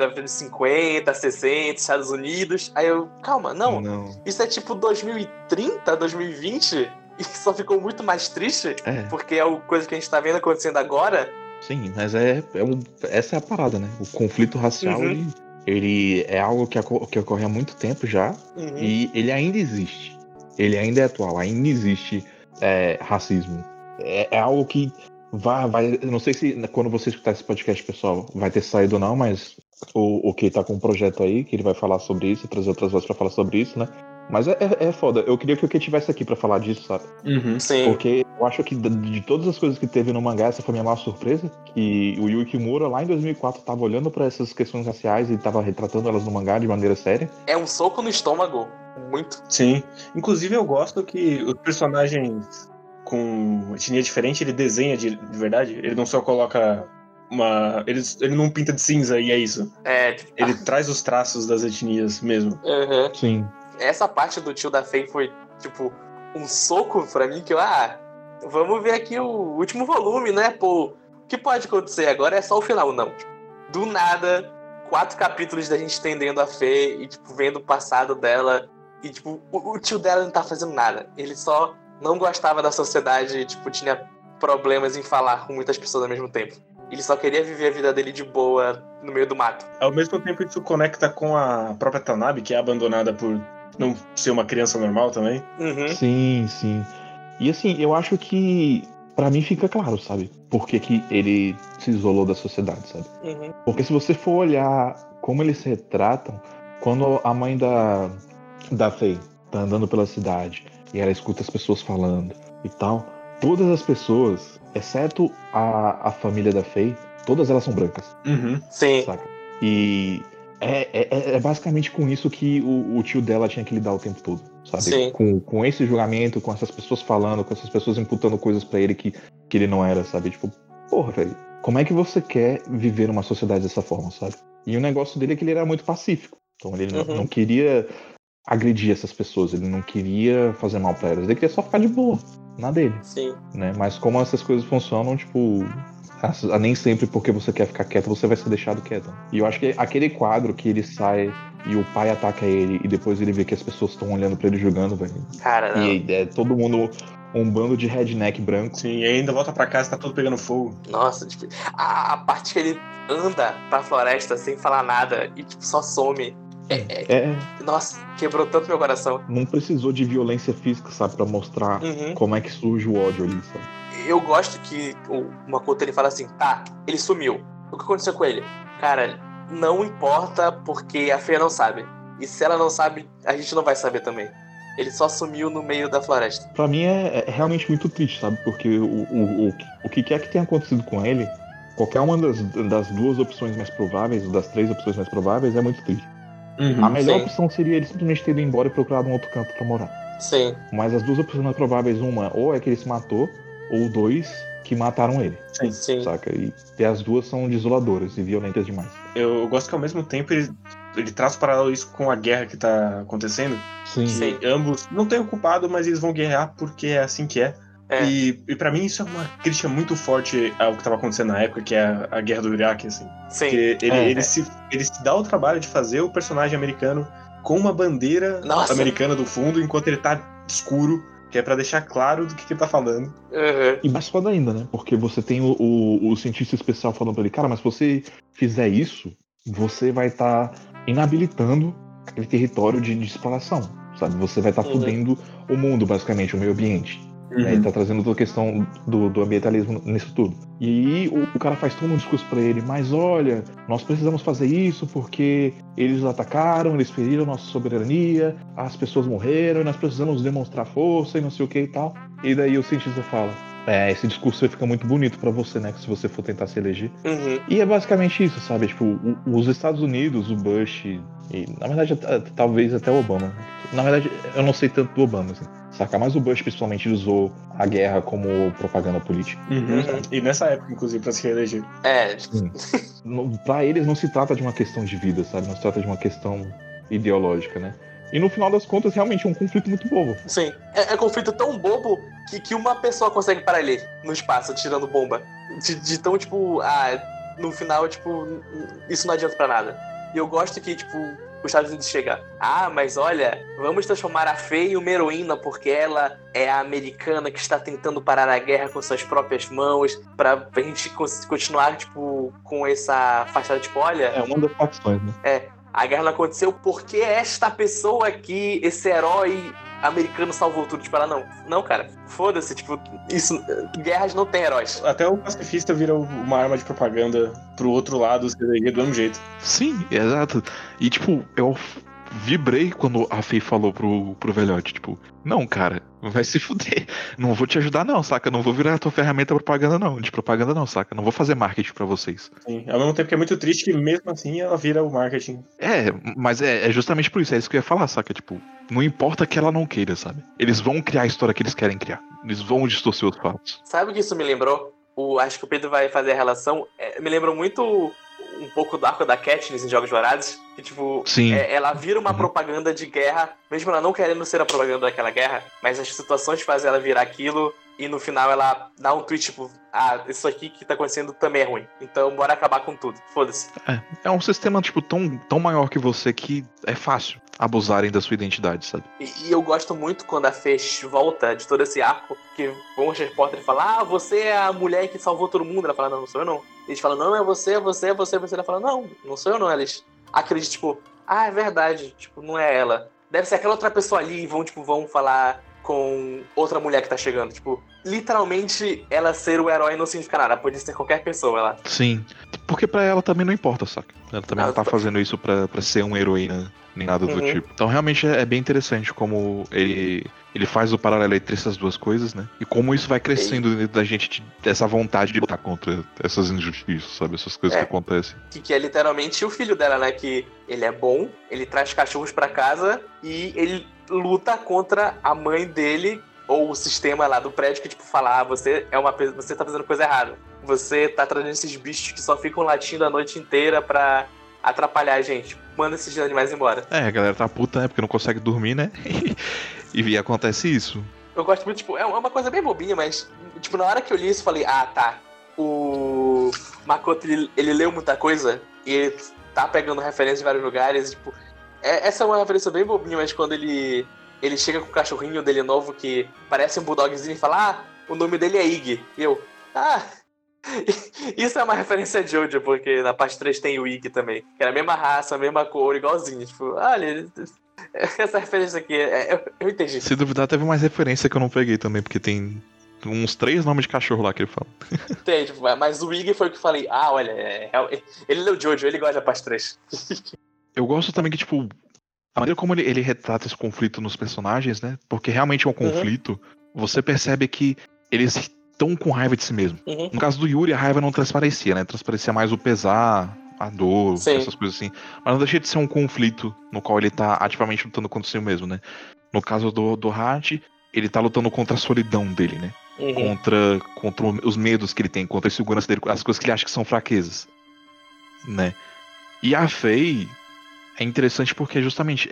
1950, 60, Estados Unidos. Aí eu, calma, não. Isso é tipo 2030, 2020? E só ficou muito mais triste, porque é a coisa que a gente tá vendo acontecendo agora. Sim, mas essa é a parada, né? O conflito racial, ele é algo que ocorre há muito tempo já, e ele ainda existe. Ele ainda é atual, ainda existe racismo. É algo que vai. Eu não sei se quando você escutar esse podcast, pessoal, vai ter saído ou não, mas o Kei tá com um projeto aí que ele vai falar sobre isso, trazer outras vozes pra falar sobre isso, né? Mas é foda. Eu queria que o Kei tivesse aqui pra falar disso, sabe? Sim. Porque eu acho que de todas as coisas que teve no mangá, essa foi a minha maior surpresa. Que o Yui Kimura, lá em 2004, tava olhando pra essas questões raciais e tava retratando elas no mangá de maneira séria. É um soco no estômago. Muito. Sim. Inclusive, eu gosto que os personagens com etnia diferente, ele desenha de verdade. Ele não só coloca ele não pinta de cinza e é isso. Ele traz os traços das etnias mesmo. Uhum. Sim. Essa parte do tio da Fei foi, um soco pra mim, que vamos ver aqui o último volume, né, pô? O que pode acontecer agora é só o final, não. Do nada, 4 capítulos da gente entendendo a Fei e, vendo o passado dela. E, o tio dela não tá fazendo nada. Ele só não gostava da sociedade e, tinha problemas em falar com muitas pessoas ao mesmo tempo. Ele só queria viver a vida dele de boa no meio do mato. Ao mesmo tempo, isso conecta com a própria Tanabe, que é abandonada por não ser uma criança normal também. Uhum. Sim. E assim, eu acho que pra mim fica claro, sabe? Por que ele se isolou da sociedade, sabe? Uhum. Porque se você for olhar como eles se retratam, quando a mãe da Faye tá andando pela cidade e ela escuta as pessoas falando e tal, todas as pessoas, exceto a família da Faye, todas elas são brancas, Uhum. Sim. saca? E é basicamente com isso que o tio dela tinha que lidar o tempo todo, sabe? Sim. Com esse julgamento, com essas pessoas falando, com essas pessoas imputando coisas pra ele que ele não era, sabe? Tipo, porra, velho, como é que você quer viver numa sociedade dessa forma, sabe? E o negócio dele é que ele era muito pacífico. Então ele não queria agredir essas pessoas, ele não queria fazer mal pra elas, ele queria só ficar de boa, na dele. Sim. Né? Mas como essas coisas funcionam, tipo, nem sempre porque você quer ficar quieto, você vai ser deixado quieto. E eu acho que aquele quadro que ele sai e o pai ataca ele e depois ele vê que as pessoas estão olhando pra ele julgando, velho. Cara, não. E é todo mundo um bando de redneck branco. Sim, e ainda volta pra casa e tá tudo pegando fogo. Nossa, tipo, a parte que ele anda pra floresta sem falar nada e tipo, só some. Nossa, quebrou tanto meu coração. Não precisou de violência física, sabe, pra mostrar como é que surge o ódio ali, sabe? Eu gosto que o Makoto ele fala assim, tá, ele sumiu. O que aconteceu com ele? Cara, não importa porque a Feia não sabe. E se ela não sabe, a gente não vai saber também. Ele só sumiu no meio da floresta. Pra mim é realmente muito triste, sabe? Porque o que quer que tenha acontecido com ele, qualquer uma das duas opções mais prováveis, ou das três opções mais prováveis, é muito triste. A melhor opção seria ele simplesmente ter ido embora e procurado um outro canto pra morar. Sim. Mas as duas opções mais prováveis, uma, ou é que ele se matou, ou dois, que mataram ele. Sim. Saca? E as duas são desoladoras e violentas demais. Eu gosto que ao mesmo tempo ele traz o paralelo isso com a guerra que tá acontecendo. Sim. Sim. Ambos não têm o culpado, mas eles vão guerrear porque é assim que é. E pra mim isso é uma crítica muito forte ao que tava acontecendo na época, que é a guerra do Iraque, assim. Sim. Porque ele se dá o trabalho de fazer o personagem americano com uma bandeira americana do fundo, enquanto ele tá escuro, que é pra deixar claro do que ele tá falando. Uhum. E mais foda ainda, né? Porque você tem o cientista especial falando pra ele, cara, mas se você fizer isso, você vai estar inabilitando aquele território de exploração, sabe? Você vai estar fudendo o mundo, basicamente, o meio ambiente. Ele tá trazendo toda a questão do ambientalismo nisso tudo. E aí o cara faz todo um discurso pra ele, mas olha, nós precisamos fazer isso porque eles atacaram, eles feriram nossa soberania, as pessoas morreram, e nós precisamos demonstrar força e não sei o que e tal. E daí o cientista fala, esse discurso fica muito bonito pra você, né, se você for tentar se eleger. E é basicamente isso, sabe? Tipo, os Estados Unidos, o Bush, e na verdade talvez até o Obama. Na verdade, eu não sei tanto do Obama, assim. Saca? Mas o Bush, principalmente, usou a guerra como propaganda política. E nessa época, inclusive, pra se reeleger. Sim. Pra eles não se trata de uma questão de vida, sabe? Não se trata de uma questão ideológica, né? E no final das contas, realmente é um conflito muito bobo. Sim. É um conflito tão bobo que uma pessoa consegue parar ele no espaço, tirando bomba. De tão, tipo, no final, tipo, isso não adianta pra nada. E eu gosto que, tipo, os Estados Unidos chega, mas olha, vamos transformar a Faye em uma heroína porque ela é a americana que está tentando parar a guerra com suas próprias mãos pra gente continuar, tipo, com essa fachada, tipo, olha... É uma das facções, né? A guerra não aconteceu porque esta pessoa aqui, esse herói americano salvou tudo. Tipo, ela não, cara, foda-se, tipo, isso, guerras não tem heróis. Até o pacifista vira uma arma de propaganda pro outro lado, se eleger do mesmo jeito. Sim, exato. E, tipo, eu vibrei quando a Faye falou pro velhote, tipo, não, cara, vai se fuder, não vou te ajudar não, saca, não vou virar a tua ferramenta de propaganda não, saca, não vou fazer marketing pra vocês. Sim, ao mesmo tempo que é muito triste que mesmo assim ela vira o marketing. Mas é justamente por isso, é isso que eu ia falar, saca, tipo, não importa que ela não queira, sabe, eles vão criar a história que eles querem criar, eles vão distorcer os fatos. Sabe o que isso me lembrou? Acho que o Pedro vai fazer a relação, me lembrou muito um pouco do arco da Katniss em Jogos Vorazes, que tipo, ela vira uma propaganda de guerra, mesmo ela não querendo ser a propaganda daquela guerra, mas as situações fazem ela virar aquilo, e no final ela dá um tweet tipo, isso aqui que tá acontecendo também é ruim, então bora acabar com tudo, foda-se. É um sistema tipo tão maior que você que é fácil abusarem da sua identidade, sabe? E eu gosto muito quando a Fez volta de todo esse arco, que vão os repórteres falar, você é a mulher que salvou todo mundo. Ela fala, não sou eu não. Eles falam, não, é você. Ela fala, não sou eu não. Eles acreditam, tipo, é verdade, tipo, não é ela. Deve ser aquela outra pessoa ali e vão falar com outra mulher que tá chegando. Tipo, literalmente, ela ser o herói não significa nada. Pode ser qualquer pessoa lá. Sim. Porque pra ela também não importa, saca? Ela também não tá fazendo isso pra ser uma heroína, nem nada do tipo. Então realmente é bem interessante como ele faz o paralelo entre essas duas coisas, né? E como isso vai crescendo dentro da gente, dessa vontade de lutar contra essas injustiças, sabe? Essas coisas que acontecem. Que é literalmente o filho dela, né? Que ele é bom, ele traz cachorros pra casa e ele luta contra a mãe dele ou o sistema lá do prédio que, tipo, fala, você tá fazendo coisa errada. Você tá trazendo esses bichos que só ficam latindo a noite inteira pra atrapalhar a gente. Manda esses animais embora. A galera tá puta, né? Porque não consegue dormir, né? E acontece isso. Eu gosto muito, tipo, é uma coisa bem bobinha, mas, tipo, na hora que eu li isso, eu falei, tá. O Makoto, ele leu muita coisa e ele tá pegando referências de vários lugares, tipo... Essa é uma referência bem bobinha, mas quando ele chega com o cachorrinho dele novo, que parece um bulldogzinho, e fala, o nome dele é Iggy. E eu, isso é uma referência a Jojo, porque na parte 3 tem o Iggy também. Que era a mesma raça, a mesma cor, igualzinho. Tipo, olha, essa referência aqui, eu entendi. Se duvidar, teve mais referência que eu não peguei também, porque tem uns 3 nomes de cachorro lá que ele fala. Tem, tipo, mas o Iggy foi o que eu falei, olha, ele leu Jojo, ele gosta da parte 3. Eu gosto também que, tipo, a maneira como ele retrata esse conflito nos personagens, né? Porque realmente é um conflito, você percebe que eles estão com raiva de si mesmo. No caso do Yuri, a raiva não transparecia, né? Transparecia mais o pesar, a dor, essas coisas assim. Mas não deixa de ser um conflito no qual ele tá ativamente lutando contra si mesmo, né? No caso do Hachi, ele tá lutando contra a solidão dele, né? Contra os medos que ele tem, contra a insegurança dele, as coisas que ele acha que são fraquezas, né? E a Faye é interessante porque justamente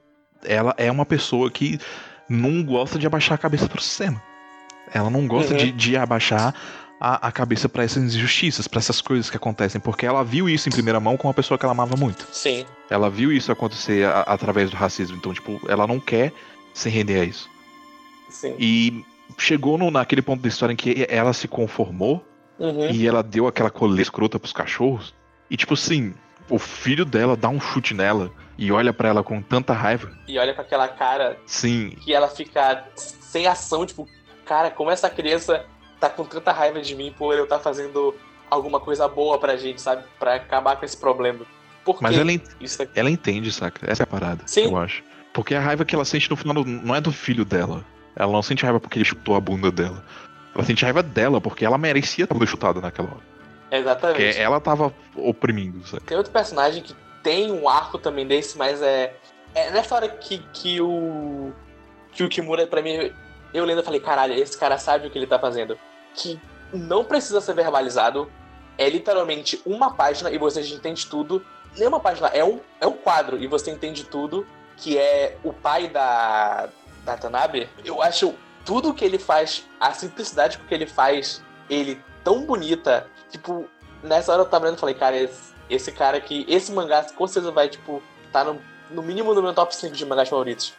ela é uma pessoa que não gosta de abaixar a cabeça pro sistema. Ela não gosta de abaixar a cabeça pra essas injustiças, pra essas coisas que acontecem, porque ela viu isso em primeira mão com uma pessoa que ela amava muito. Sim. Ela viu isso acontecer através do racismo, então, tipo, ela não quer se render a isso. Sim. E chegou naquele ponto da história em que ela se conformou e ela deu aquela coleira escrota pros cachorros, e tipo assim, o filho dela dá um chute nela e olha pra ela com tanta raiva. E olha com aquela cara. Sim. Que ela fica sem ação, tipo, cara, como essa criança tá com tanta raiva de mim por eu estar fazendo alguma coisa boa pra gente, sabe? Pra acabar com esse problema. Por Mas quê? ela entende, saca? Essa é a parada, eu acho. Porque a raiva que ela sente no final não é do filho dela. Ela não sente raiva porque ele chutou a bunda dela. Ela sente raiva dela porque ela merecia ter sido chutada naquela hora. Exatamente. Porque ela tava oprimindo, sabe? Tem outro personagem que tem um arco também desse, mas é nessa hora que o Kimura, pra mim, eu lendo, eu falei, caralho, esse cara sabe o que ele tá fazendo. Que não precisa ser verbalizado, é literalmente uma página e você já entende tudo. Nem uma página, é um quadro e você entende tudo, que é o pai da Tanabe. Eu acho tudo que ele faz, a simplicidade com que ele faz, ele tão bonita. Tipo, nessa hora eu tava lendo e falei, cara, esse cara aqui, esse mangá com certeza vai, tipo, tá no mínimo no meu top 5 de mangás favoritos.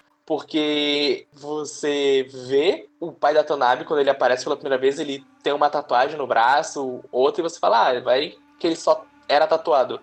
Porque você vê o pai da Tanabe, quando ele aparece pela primeira vez, ele tem uma tatuagem no braço, outra, e você fala, vai que ele só era tatuado.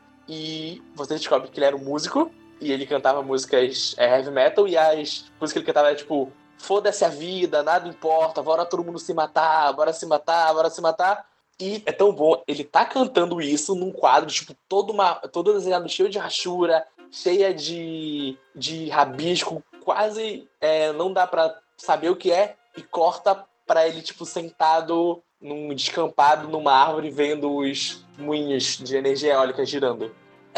E você descobre que ele era um músico, e ele cantava músicas heavy metal, e as músicas que ele cantava era tipo, foda-se a vida, nada importa, bora todo mundo se matar, bora se matar, bora se matar. E é tão bom, ele tá cantando isso num quadro, tipo, todo desenhado cheio de rachura, cheia de rabisco, quase não dá pra saber o que é, e corta pra ele, tipo, sentado num descampado, numa árvore, vendo os moinhos de energia eólica girando.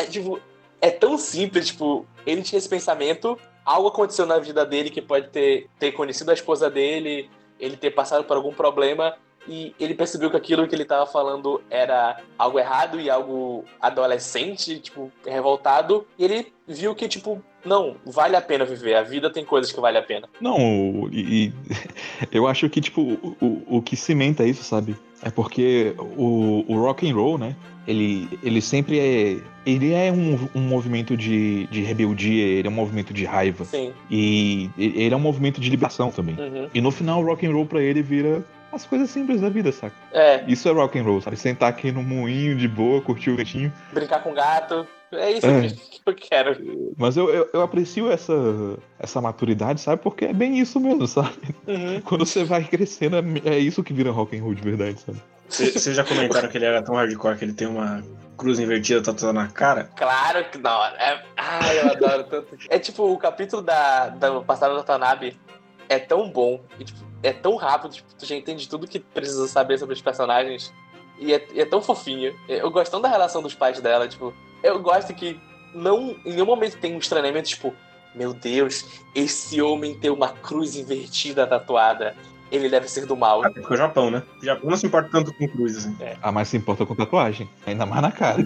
É tão simples, tipo, ele tinha esse pensamento, algo aconteceu na vida dele que pode ter conhecido a esposa dele, ele ter passado por algum problema, e ele percebeu que aquilo que ele estava falando era algo errado e algo adolescente, tipo, revoltado, e ele viu que, tipo, não, vale a pena viver, a vida tem coisas que vale a pena. Não, e eu acho que, tipo, o que cimenta isso, sabe, é porque o rock and roll, né, ele sempre ele é um movimento de rebeldia, ele é um movimento de raiva. Sim. E ele é um movimento de liberação também. E no final o rock and roll pra ele vira as coisas simples da vida, saca? Isso é rock and roll, sabe? Sentar aqui no moinho de boa, curtir o ventinho. Brincar com gato. É isso que eu quero. Mas eu aprecio essa maturidade, sabe? Porque é bem isso mesmo, sabe? Quando você vai crescendo, é isso que vira rock and roll de verdade, sabe? Vocês já comentaram que ele era tão hardcore que ele tem uma cruz invertida tatuada na cara? Claro que não. Eu adoro tanto. É tipo, o capítulo da passada da Tanabe é tão bom, e, tipo, é tão rápido, tipo, tu já entende tudo que precisa saber sobre os personagens. E é tão fofinho. Eu gosto tanto da relação dos pais dela, tipo, eu gosto que não, em nenhum momento tem um estranhamento, tipo, meu Deus, esse homem tem uma cruz invertida tatuada. Ele deve ser do mal. Porque é o Japão, né? O Japão não se importa tanto com cruzes, assim. Mas se importa com tatuagem. Ainda mais na cara.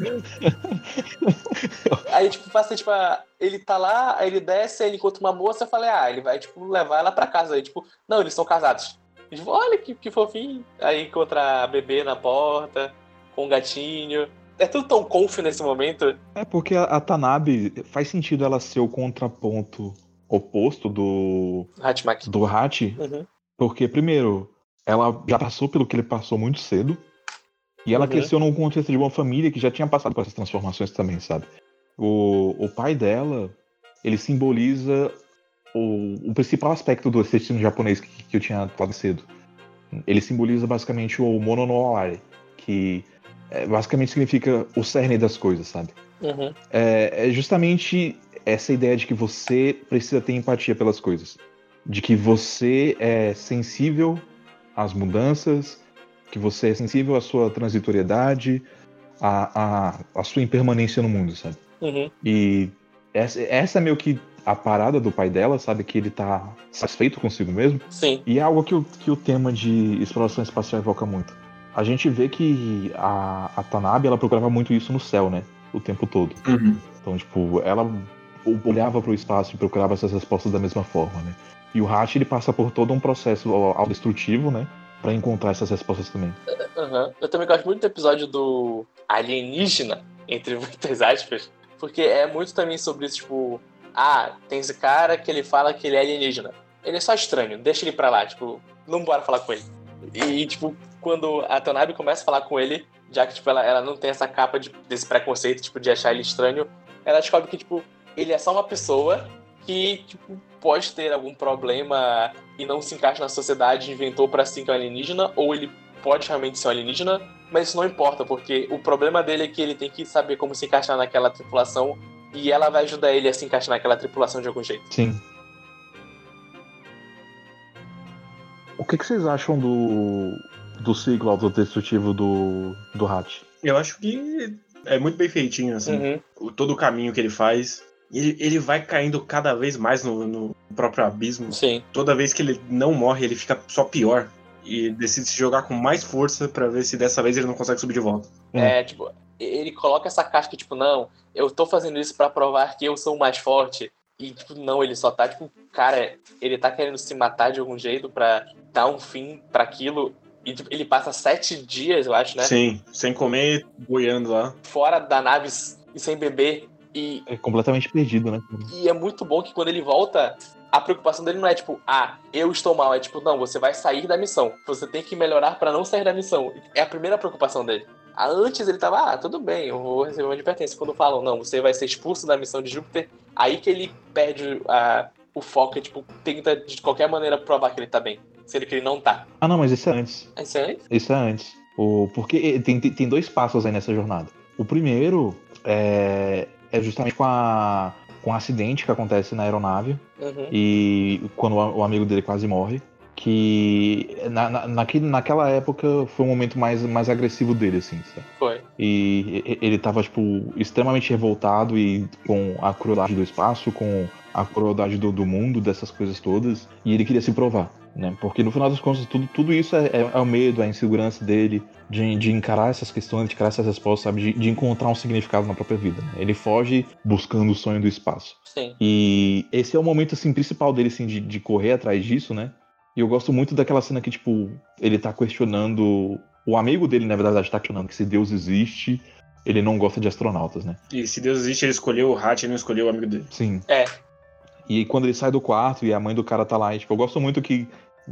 Aí, tipo, passa, tipo, ele tá lá, aí ele desce, aí ele encontra uma moça, eu falei, ele vai, tipo, levar ela pra casa. Aí, tipo, não, eles são casados. E, tipo, olha que fofinho. Aí encontra a bebê na porta, com um gatinho. É tudo tão conf nesse momento. É porque a Tanabe faz sentido ela ser o contraponto oposto do Hatimaki. do Hachi. Porque, primeiro, ela já passou pelo que ele passou muito cedo. E ela cresceu num contexto de uma família que já tinha passado por essas transformações também, sabe? O pai dela, ele simboliza o principal aspecto do estilo japonês que eu tinha falado cedo. Ele simboliza basicamente o mono no aware, que basicamente significa o cerne das coisas, sabe? É justamente essa ideia de que você precisa ter empatia pelas coisas. De que você é sensível às mudanças, que você é sensível à sua transitoriedade, à sua impermanência no mundo, sabe? E essa é meio que a parada do pai dela, sabe? Que ele tá satisfeito consigo mesmo. Sim. E é algo que o tema de exploração espacial evoca muito. A gente vê que a Tanabe, ela procurava muito isso no céu, né? O tempo todo. Então, tipo, ela olhava pro espaço e procurava essas respostas da mesma forma, né? E o Hachi, ele passa por todo um processo autodestrutivo, né? Pra encontrar essas respostas também. Eu também gosto muito do episódio do alienígena, entre muitas aspas, porque é muito também sobre isso, tipo, tem esse cara que ele fala que ele é alienígena. Ele é só estranho, deixa ele pra lá, tipo, não bora falar com ele. E, tipo, quando a Tanabe começa a falar com ele, já que, tipo, ela não tem essa capa desse preconceito, tipo, de achar ele estranho, ela descobre que, tipo, ele é só uma pessoa que, tipo, pode ter algum problema e não se encaixa na sociedade, inventou pra si que é um alienígena, ou ele pode realmente ser um alienígena, mas isso não importa, porque o problema dele é que ele tem que saber como se encaixar naquela tripulação e ela vai ajudar ele a se encaixar naquela tripulação de algum jeito. Sim. O que vocês acham do ciclo autodestrutivo do Hachi? Eu acho que é muito bem feitinho, assim. Todo o caminho que ele faz. Ele vai caindo cada vez mais no próprio abismo. Sim. Toda vez que ele não morre, ele fica só pior. E decide se jogar com mais força pra ver se dessa vez ele não consegue subir de volta. Tipo, ele coloca essa casca, tipo, não, eu tô fazendo isso pra provar que eu sou o mais forte. E, tipo, não, ele só tá, tipo, cara, ele tá querendo se matar de algum jeito pra dar um fim pra aquilo. E, tipo, ele passa 7 dias, eu acho, né? Sim, sem comer, boiando lá. Fora da nave e sem beber. É completamente perdido, né? E é muito bom que quando ele volta, a preocupação dele não é tipo, eu estou mal. É tipo, não, você vai sair da missão. Você tem que melhorar pra não sair da missão. É a primeira preocupação dele. Antes ele tava, tudo bem, eu vou receber uma advertência. Quando falam, não, você vai ser expulso da missão de Júpiter, aí que ele perde o foco e, tipo, tenta de qualquer maneira provar que ele tá bem. Sendo que ele não tá. Não, mas isso é antes. Isso é antes? Isso é antes. Porque tem 2 passos aí nessa jornada. O primeiro é justamente com o acidente que acontece na aeronave. E quando o amigo dele quase morre. Que naquela época foi o momento mais agressivo dele, assim, sabe? Foi. E ele tava, tipo, extremamente revoltado e com a crueldade do espaço, com a crueldade do mundo, dessas coisas todas. E ele queria se provar, né? Porque no final das contas, tudo isso é o medo, a insegurança dele de encarar essas questões, de encarar essas respostas, sabe? De encontrar um significado na própria vida, né? Ele foge buscando o sonho do espaço. Sim. E esse é o momento, assim, principal dele, assim, de correr atrás disso, né? E eu gosto muito daquela cena que, tipo, ele tá questionando... O amigo dele, na verdade, tá questionando que se Deus existe, ele não gosta de astronautas, né? E se Deus existe, ele escolheu o Hachi e não escolheu o amigo dele. Sim. E quando ele sai do quarto e a mãe do cara tá lá, e, tipo, eu gosto muito que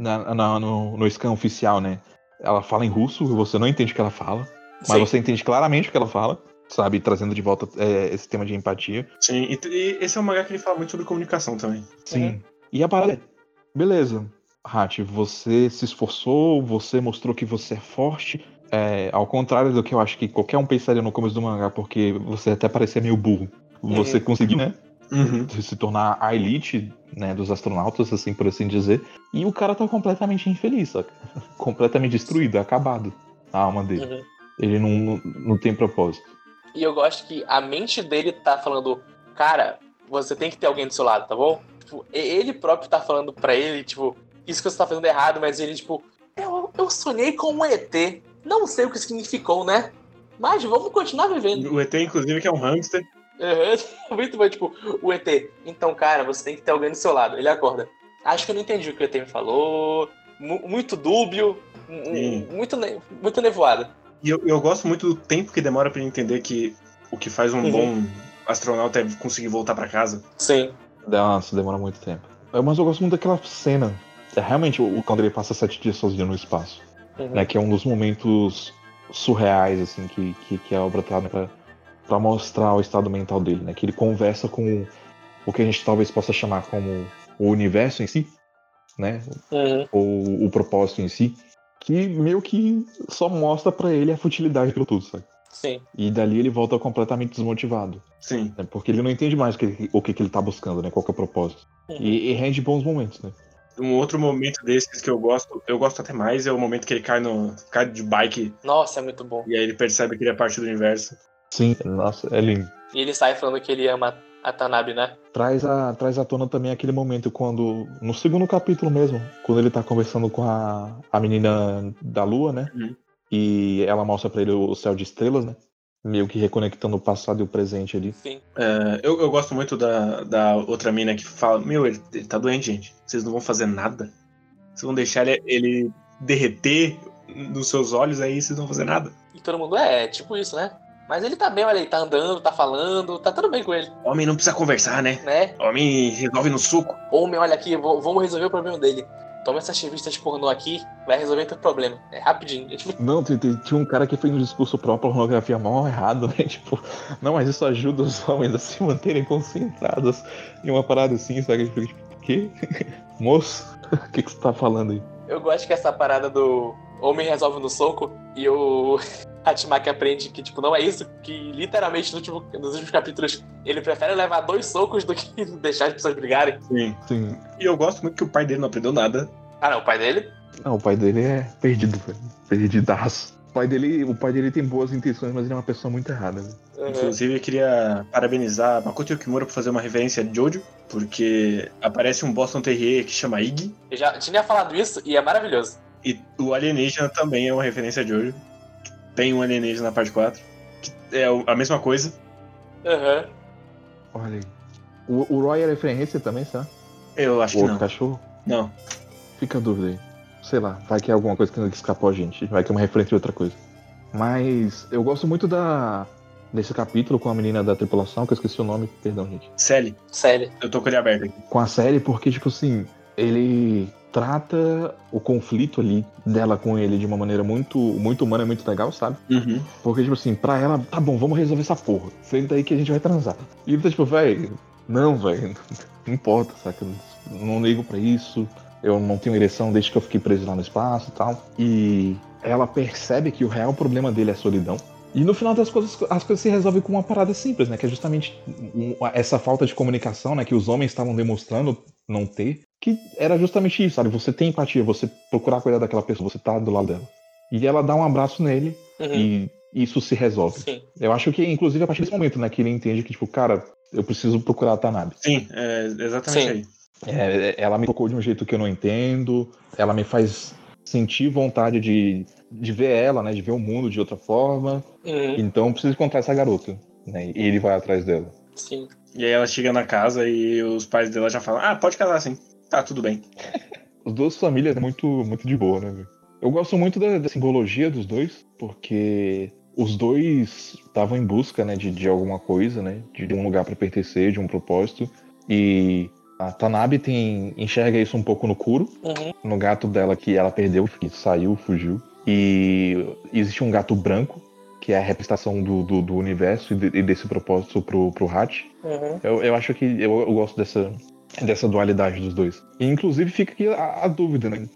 no scan oficial, né? Ela fala em russo e você não entende o que ela fala, mas você entende claramente o que ela fala. sabe? Trazendo de volta esse tema de empatia. Sim, e esse é um mangá que ele fala muito sobre comunicação também. Sim. Uhum. E a parada é, beleza, Hachi, você se esforçou, você mostrou que você é forte. Ao contrário do que eu acho que qualquer um pensaria no começo do mangá, porque você até parecia meio burro. Você conseguiu, né? Se tornar a elite, né, dos astronautas, assim, por assim dizer. E o cara tá completamente infeliz, saca? Completamente destruído, acabado. A alma dele. Uhum. Ele não tem propósito. E eu gosto que a mente dele tá falando, cara, você tem que ter alguém do seu lado, tá bom? Tipo, ele próprio tá falando pra ele, tipo, isso que você tá fazendo errado, mas ele, tipo, eu sonhei com um ET. Não sei o que significou, né? Mas vamos continuar vivendo. O ET, inclusive, que é um hamster. Uhum. Muito bom, tipo, o ET. Então, cara, você tem que ter alguém do seu lado. Ele acorda. Acho que eu não entendi o que o ET me falou. Muito dúbio. Muito nevoado. E eu gosto muito do tempo que demora pra ele entender que o que faz um bom astronauta é conseguir voltar pra casa. Sim. Nossa, demora muito tempo. Mas eu gosto muito daquela cena. Realmente, quando ele passa 7 dias sozinho no espaço. Né, que é um dos momentos surreais, assim, que a obra tá, né, pra mostrar o estado mental dele, né? Que ele conversa com o que a gente talvez possa chamar como o universo em si, né? Ou o propósito em si, que meio que só mostra pra ele a futilidade pelo tudo, sabe? Sim. E dali ele volta completamente desmotivado. Sim. Né? Porque ele não entende mais o que ele tá buscando, né? Qual que é o propósito. E rende bons momentos, né? Um outro momento desses que eu gosto até mais, é o momento que ele cai de bike. Nossa, é muito bom. E aí ele percebe que ele é parte do universo. Sim, nossa, é lindo. E ele sai falando que ele ama a Tanabe, né? Traz à tona também aquele momento quando, no segundo capítulo mesmo, quando ele tá conversando com a menina da lua, né? E ela mostra pra ele o céu de estrelas, né? Meio que reconectando o passado e o presente ali. Sim. Eu gosto muito da outra mina que fala, ele tá doente, gente. Vocês não vão fazer nada. Vocês vão deixar ele derreter nos seus olhos, aí vocês não vão fazer nada. E todo mundo, tipo isso, né? Mas ele tá bem, olha, ele tá andando, tá falando, tá tudo bem com ele. Homem não precisa conversar, né? Homem resolve no suco. Homem, olha aqui, vamos resolver o problema dele. Toma essas revistas pornô aqui, vai resolver teu problema. É rapidinho. Não, tinha um cara que fez um discurso próprio, pornografia mal errado, né? Tipo, não, mas isso ajuda os homens a se manterem concentrados em uma parada assim, sabe? Tipo, o quê? Moço, o que você tá falando aí? Eu gosto que essa parada do homem resolve no soco e o Hatimaki aprende que, tipo, não é isso, que literalmente nos últimos capítulos ele prefere levar 2 socos do que deixar as pessoas brigarem. Sim. E eu gosto muito que o pai dele não aprendeu nada. Ah, não, o pai dele? Não, o pai dele é perdido, velho. Perdidaço. O pai dele tem boas intenções, mas ele é uma pessoa muito errada, velho. Inclusive, eu queria parabenizar Makoto Yukimura por fazer uma referência a Jojo, porque aparece um Boston Terrier que chama Iggy. Eu já tinha falado isso e é maravilhoso. E o alienígena também é uma referência a Jojo. Tem um alienígena na parte 4, que é a mesma coisa. Olha aí. O Roy é referência também, sabe? Eu acho que não. O cachorro? Não. Fica a dúvida aí. Sei lá, vai que é alguma coisa que escapou a gente. Vai que é uma referência de outra coisa. Mas eu gosto muito desse capítulo com a menina da tripulação, que eu esqueci o nome, perdão, gente. Sally. Eu tô com ele aberto aqui. Com a Sally, porque, tipo assim, ele trata o conflito ali dela com ele de uma maneira muito, muito humana e muito legal, sabe? Porque, tipo assim, pra ela, tá bom, vamos resolver essa porra. Senta aí que a gente vai transar. E ele tá tipo, velho, não importa, saca? Não ligo pra isso. Eu não tenho ereção desde que eu fiquei preso lá no espaço e tal. E ela percebe que o real problema dele é a solidão. E no final das coisas, as coisas se resolvem com uma parada simples, né? Que é justamente essa falta de comunicação, né? Que os homens estavam demonstrando não ter. Que era justamente isso, sabe? Você tem empatia, você procurar cuidar daquela pessoa, você tá do lado dela. E ela dá um abraço nele e isso se resolve. Sim. Eu acho que, inclusive, a partir desse momento, né? Que ele entende que, tipo, cara, eu preciso procurar a Tanabe. Sim, é exatamente aí. Ela me tocou de um jeito que eu não entendo, ela me faz sentir vontade de ver ela, né, de ver o mundo de outra forma, então eu preciso encontrar essa garota, né, e ele vai atrás dela. Sim. E aí ela chega na casa e os pais dela já falam, pode casar sim, tá, tudo bem. As duas famílias muito, muito de boa, né, eu gosto muito da simbologia dos dois, porque os dois estavam em busca, né, de alguma coisa, né, de um lugar para pertencer, de um propósito, e a Tanabe enxerga isso um pouco no Kuro, no gato dela que ela perdeu, que saiu, fugiu. E existe um gato branco que é a representação do universo e desse propósito pro Hachi. Eu acho que eu gosto dessa dualidade dos dois. E, inclusive, fica aqui a dúvida, né?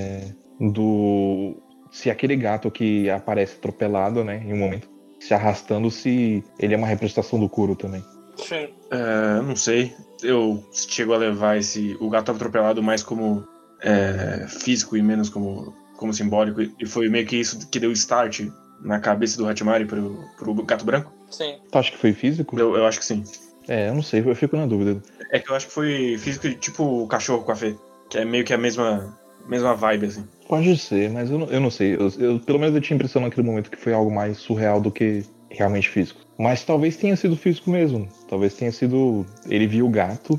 Se aquele gato que aparece atropelado, né, em um momento, se arrastando, se ele é uma representação do Kuro também. Sim. Não sei. Eu chego a levar o gato atropelado mais como físico e menos como simbólico. E foi meio que isso que deu start na cabeça do Hachimari pro gato branco. Sim. Tu acha que foi físico? Eu acho que sim. Eu não sei, eu fico na dúvida. É que eu acho que foi físico tipo o cachorro com a Fê. Que é meio que a mesma vibe, assim. Pode ser, mas eu não sei. Pelo menos eu tinha a impressão naquele momento que foi algo mais surreal do que realmente físico. Mas talvez tenha sido físico mesmo. Talvez tenha sido... Ele viu o gato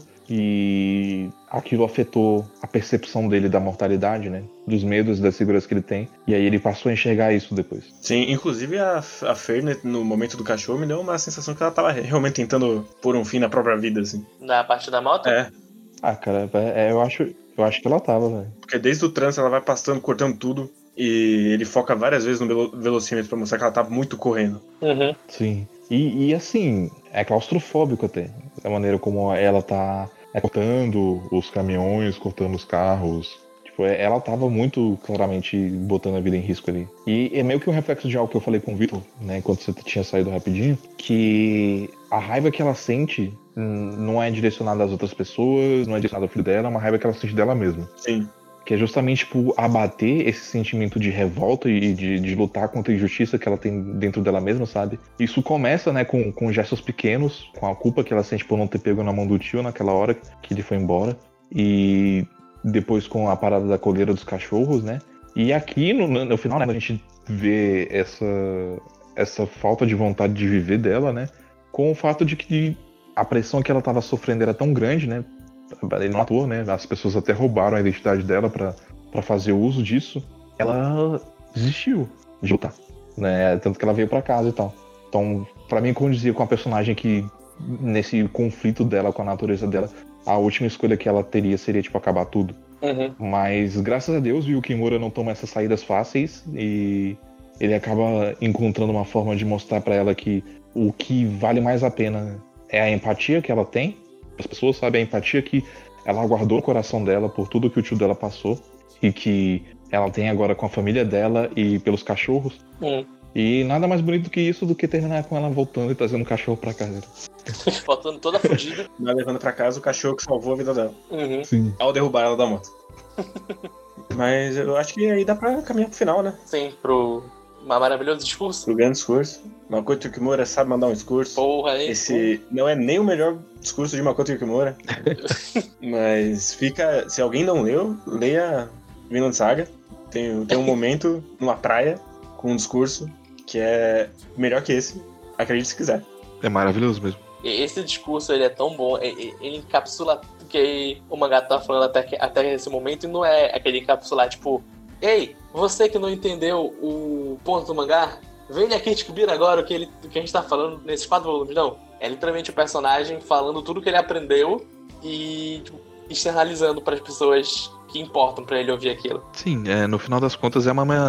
e aquilo afetou a percepção dele da mortalidade, né? Dos medos, das seguranças que ele tem. E aí ele passou a enxergar isso depois. Sim, inclusive a Fer, no momento do cachorro, me deu uma sensação que ela tava realmente tentando pôr um fim na própria vida, assim. Na parte da moto? Cara, eu acho que ela tava, velho. Porque desde o trânsito ela vai passando, cortando tudo. E ele foca várias vezes no velocímetro pra mostrar que ela tá muito correndo. Sim. E assim, é claustrofóbico até. Da maneira como ela tá cortando os caminhões, cortando os carros. Tipo, ela tava muito claramente botando a vida em risco ali. E é meio que um reflexo de algo que eu falei com o Vitor, né, enquanto você tinha saído rapidinho, que a raiva que ela sente não é direcionada às outras pessoas, não é direcionada ao filho dela, é uma raiva que ela sente dela mesma. Sim. Que é justamente por abater esse sentimento de revolta e de lutar contra a injustiça que ela tem dentro dela mesma, sabe? Isso começa, né, com gestos pequenos, com a culpa que ela sente por não ter pego na mão do tio naquela hora que ele foi embora. E depois com a parada da coleira dos cachorros, né? E aqui, no final, né, a gente vê essa falta de vontade de viver dela, né? Com o fato de que a pressão que ela estava sofrendo era tão grande, né? Ele não atuou, né? As pessoas até roubaram a identidade dela pra fazer uso disso. Ela desistiu de lutar, né? Tanto que ela veio pra casa e tal. Então, pra mim, condizia com a personagem que, nesse conflito dela com a natureza dela, a última escolha que ela teria seria, tipo, acabar tudo. Mas, graças a Deus, o Kimura não toma essas saídas fáceis e ele acaba encontrando uma forma de mostrar pra ela que o que vale mais a pena é a empatia que ela tem. As pessoas sabem a empatia que ela guardou no coração dela por tudo que o tio dela passou e que ela tem agora com a família dela e pelos cachorros. E nada mais bonito que isso do que terminar com ela voltando e trazendo o cachorro pra casa. Voltando toda fodida. Levando pra casa o cachorro que salvou a vida dela. Sim. Ao derrubar ela da moto. Mas eu acho que aí dá pra caminhar pro final, né? Sim, pro maravilhoso discurso. Pro grande discurso. Makoto Yukimura sabe mandar um discurso. Porra, hein? Esse não é nem o melhor discurso de Makoto Yukimura. Mas fica... Se alguém não leu, leia Vinland Saga. Tem um momento numa praia com um discurso que é melhor que esse. Acredite se quiser. É maravilhoso mesmo. Esse discurso, ele é tão bom. Ele encapsula tudo que o mangá tá falando até esse momento. E não é aquele encapsular, tipo... Ei, você que não entendeu o ponto do mangá, venha aqui descobrir agora o que a gente tá falando nesses 4 volumes. Não, é literalmente o personagem falando tudo que ele aprendeu e tipo, externalizando para as pessoas que importam para ele ouvir aquilo. Sim, no final das contas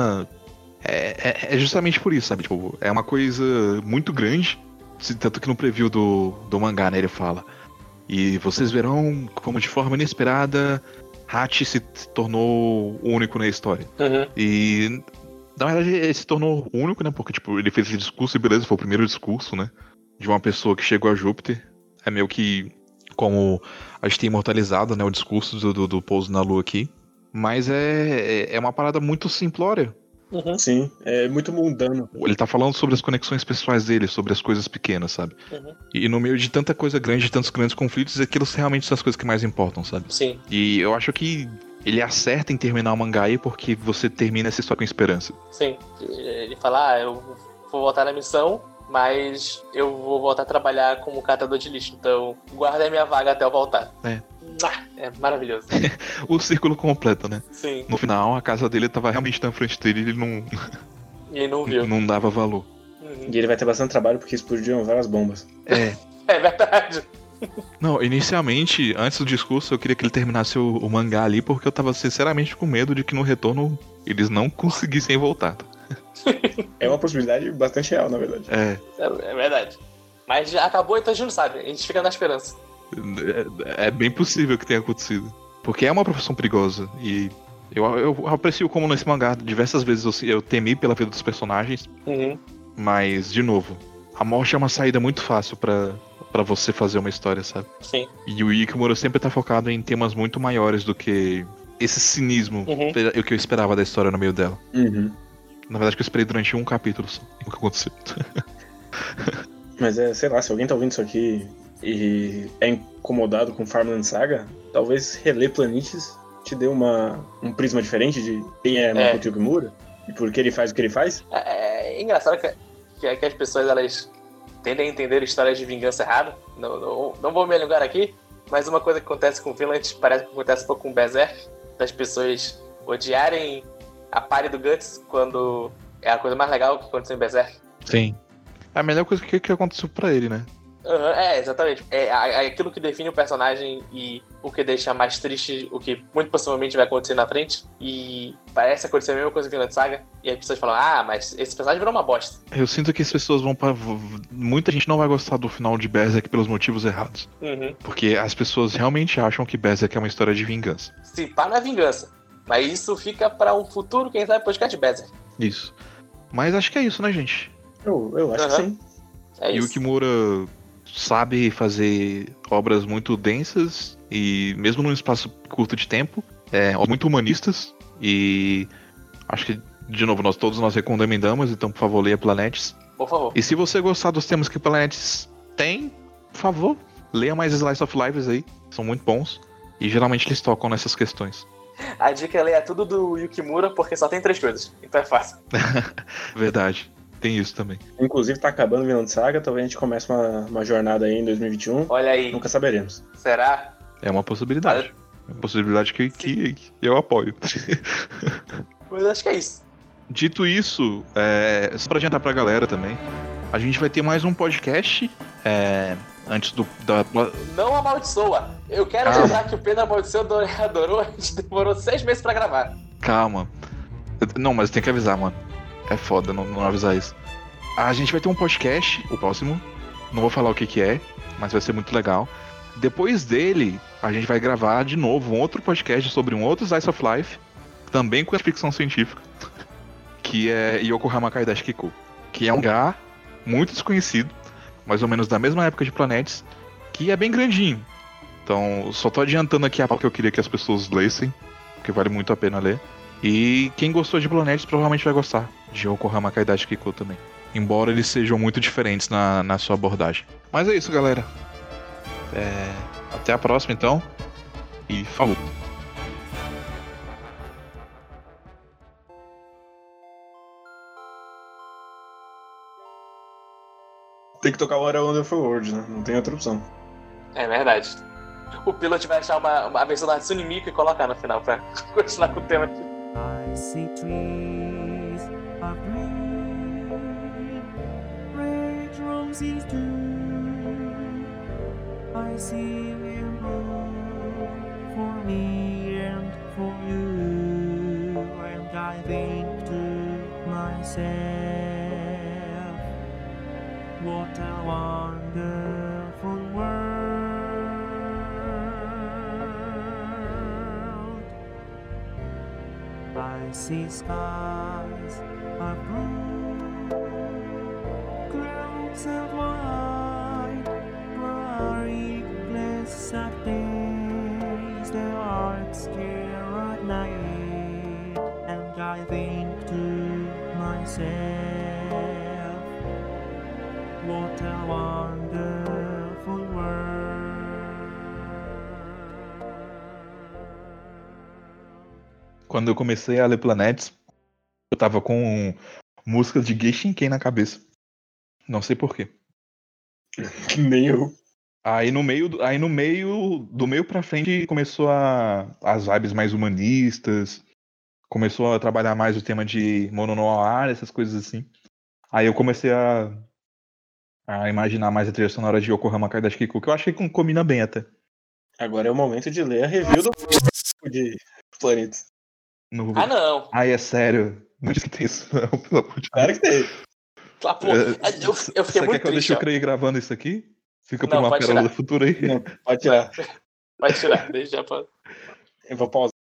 é justamente por isso, sabe? Tipo, é uma coisa muito grande, tanto que no preview do mangá, né, ele fala: e vocês verão como de forma inesperada Hachi se tornou único na história. E na verdade ele se tornou único, né? Porque tipo, ele fez esse discurso e beleza, foi o primeiro discurso, né? De uma pessoa que chegou a Júpiter. É meio que como a gente tem imortalizado, né? O discurso do pouso na Lua aqui. Mas é uma parada muito simplória. Sim, é muito mundano. Ele tá falando sobre as conexões pessoais dele, sobre as coisas pequenas, sabe? E no meio de tanta coisa grande, de tantos grandes conflitos, aquilo realmente são as coisas que mais importam, sabe? Sim. E eu acho que ele acerta em terminar o mangá aí porque você termina essa história com esperança. Sim. Ele fala, eu vou voltar na missão, mas eu vou voltar a trabalhar como catador de lixo, então guarda a minha vaga até eu voltar. É maravilhoso. O círculo completo, né? Sim. No final, a casa dele tava realmente na frente dele e ele não viu. Não dava valor. E ele vai ter bastante trabalho porque explodiram várias bombas. É verdade. Não, inicialmente, antes do discurso, eu queria que ele terminasse o mangá ali porque eu tava sinceramente com medo de que no retorno eles não conseguissem voltar. É uma possibilidade bastante real, na verdade. É verdade. Mas já acabou, então a gente não sabe. A gente fica na esperança. É bem possível que tenha acontecido. Porque é uma profissão perigosa. E eu aprecio como nesse mangá, diversas vezes eu temi pela vida dos personagens. Uhum. Mas, de novo, a morte é uma saída muito fácil pra você fazer uma história, sabe? Sim. E o Yukimura sempre tá focado em temas muito maiores do que esse cinismo, o que eu esperava da história no meio dela. Uhum. Na verdade, que eu esperei durante um capítulo só, o que aconteceu. Mas sei lá, se alguém tá ouvindo isso aqui e é incomodado com Farmland Saga, talvez reler Planetes te dê um prisma diferente de quem é Makoto Yukimura e por que ele faz o que ele faz. É engraçado que as pessoas, elas tendem a entender histórias de vingança errado. Não vou me alongar aqui, mas uma coisa que acontece com Vinland parece que acontece um pouco com Berserk, das pessoas odiarem a pare do Guts quando é a coisa mais legal que aconteceu em Berserk. Sim. É a melhor coisa que aconteceu pra ele, né? Exatamente. É aquilo que define o personagem e o que deixa mais triste, o que muito possivelmente vai acontecer na frente. E parece acontecer a mesma coisa em Vinland Saga. E as pessoas falam, mas esse personagem virou uma bosta. Eu sinto que as pessoas muita gente não vai gostar do final de Berserk pelos motivos errados. Uhum. Porque as pessoas realmente acham que Berserk é uma história de vingança. Se pá, não é vingança. Mas isso fica pra um futuro, quem sabe, podcast de Berserk. Isso. Mas acho que é isso, né, gente? Eu acho que sim. É isso. Yukimura sabe fazer obras muito densas e mesmo num espaço curto de tempo, muito humanistas, e acho que, de novo, todos nós recomendamos, então por favor leia Planetes. Por favor. E se você gostar dos temas que Planetes tem, por favor, leia mais Slice of Lives aí, são muito bons e geralmente eles tocam nessas questões. A dica é ler tudo do Yukimura, porque só tem 3 coisas, então é fácil. Verdade. Tem isso também. Inclusive tá acabando o Vinland Saga, talvez a gente comece uma jornada aí em 2021. Olha aí. Nunca saberemos. Será? É uma possibilidade. É uma possibilidade que eu apoio. Mas acho que é isso. Dito isso, só pra adiantar pra galera também, a gente vai ter mais um podcast antes da... Não amaldiçoa. Eu quero lembrar que o Pedro amaldiçoou adorou, a gente demorou 6 meses pra gravar. Calma. Não, mas tem que avisar, mano. É foda não avisar isso. A gente vai ter um podcast, o próximo. Não vou falar o que é, mas vai ser muito legal. Depois dele, a gente vai gravar de novo um outro podcast sobre um outro Slice of Life, também com ficção científica, que é Yokohama Kaidashi Kikou, que é um mangá muito desconhecido, mais ou menos da mesma época de Planetes, que é bem grandinho. Então, só tô adiantando aqui a parte que eu queria que as pessoas lessem, porque vale muito a pena ler. E quem gostou de Planetes provavelmente vai gostar de Yokohama Kaidashi Kikou também. Embora eles sejam muito diferentes na sua abordagem. Mas é isso, galera. Até a próxima, então. E falou. Tem que tocar o What a Wonderful World, né? Não tem outra opção. É verdade. O Pilot vai achar uma versão da Hatsune Miku e colocar no final pra continuar com o tema aqui. I see trees of green, red roses too. I see them bloom for me and for you, and I think to myself, what a wonderful world. I see skies of blue, clouds of white, glorious of days, the arcs clear at night, and I think to myself, what a wonderful world. Quando eu comecei a ler Planetes, eu tava com músicas de Geishinken na cabeça. Não sei porquê. Que nem eu. Aí no meio do meio pra frente começou as vibes mais humanistas, começou a trabalhar mais o tema de Mono no Aware, essas coisas assim. Aí eu comecei a imaginar mais a trilha sonora de Yokohama Kaidashi Kikou, que eu acho que combina bem até. Agora é o momento de ler a review do de Planetes. Ah, não. Ai, é sério. Não diz que tem isso, não, pelo amor de Deus. Claro que tem. Ah, pô, eu fiquei Você muito quer que eu deixe triste. o Craig gravando isso aqui? Fica pra Não, uma pode pérola tirar. do futuro aí. Não, pode tirar. Vai tirar, deixa pra... Eu vou pausar.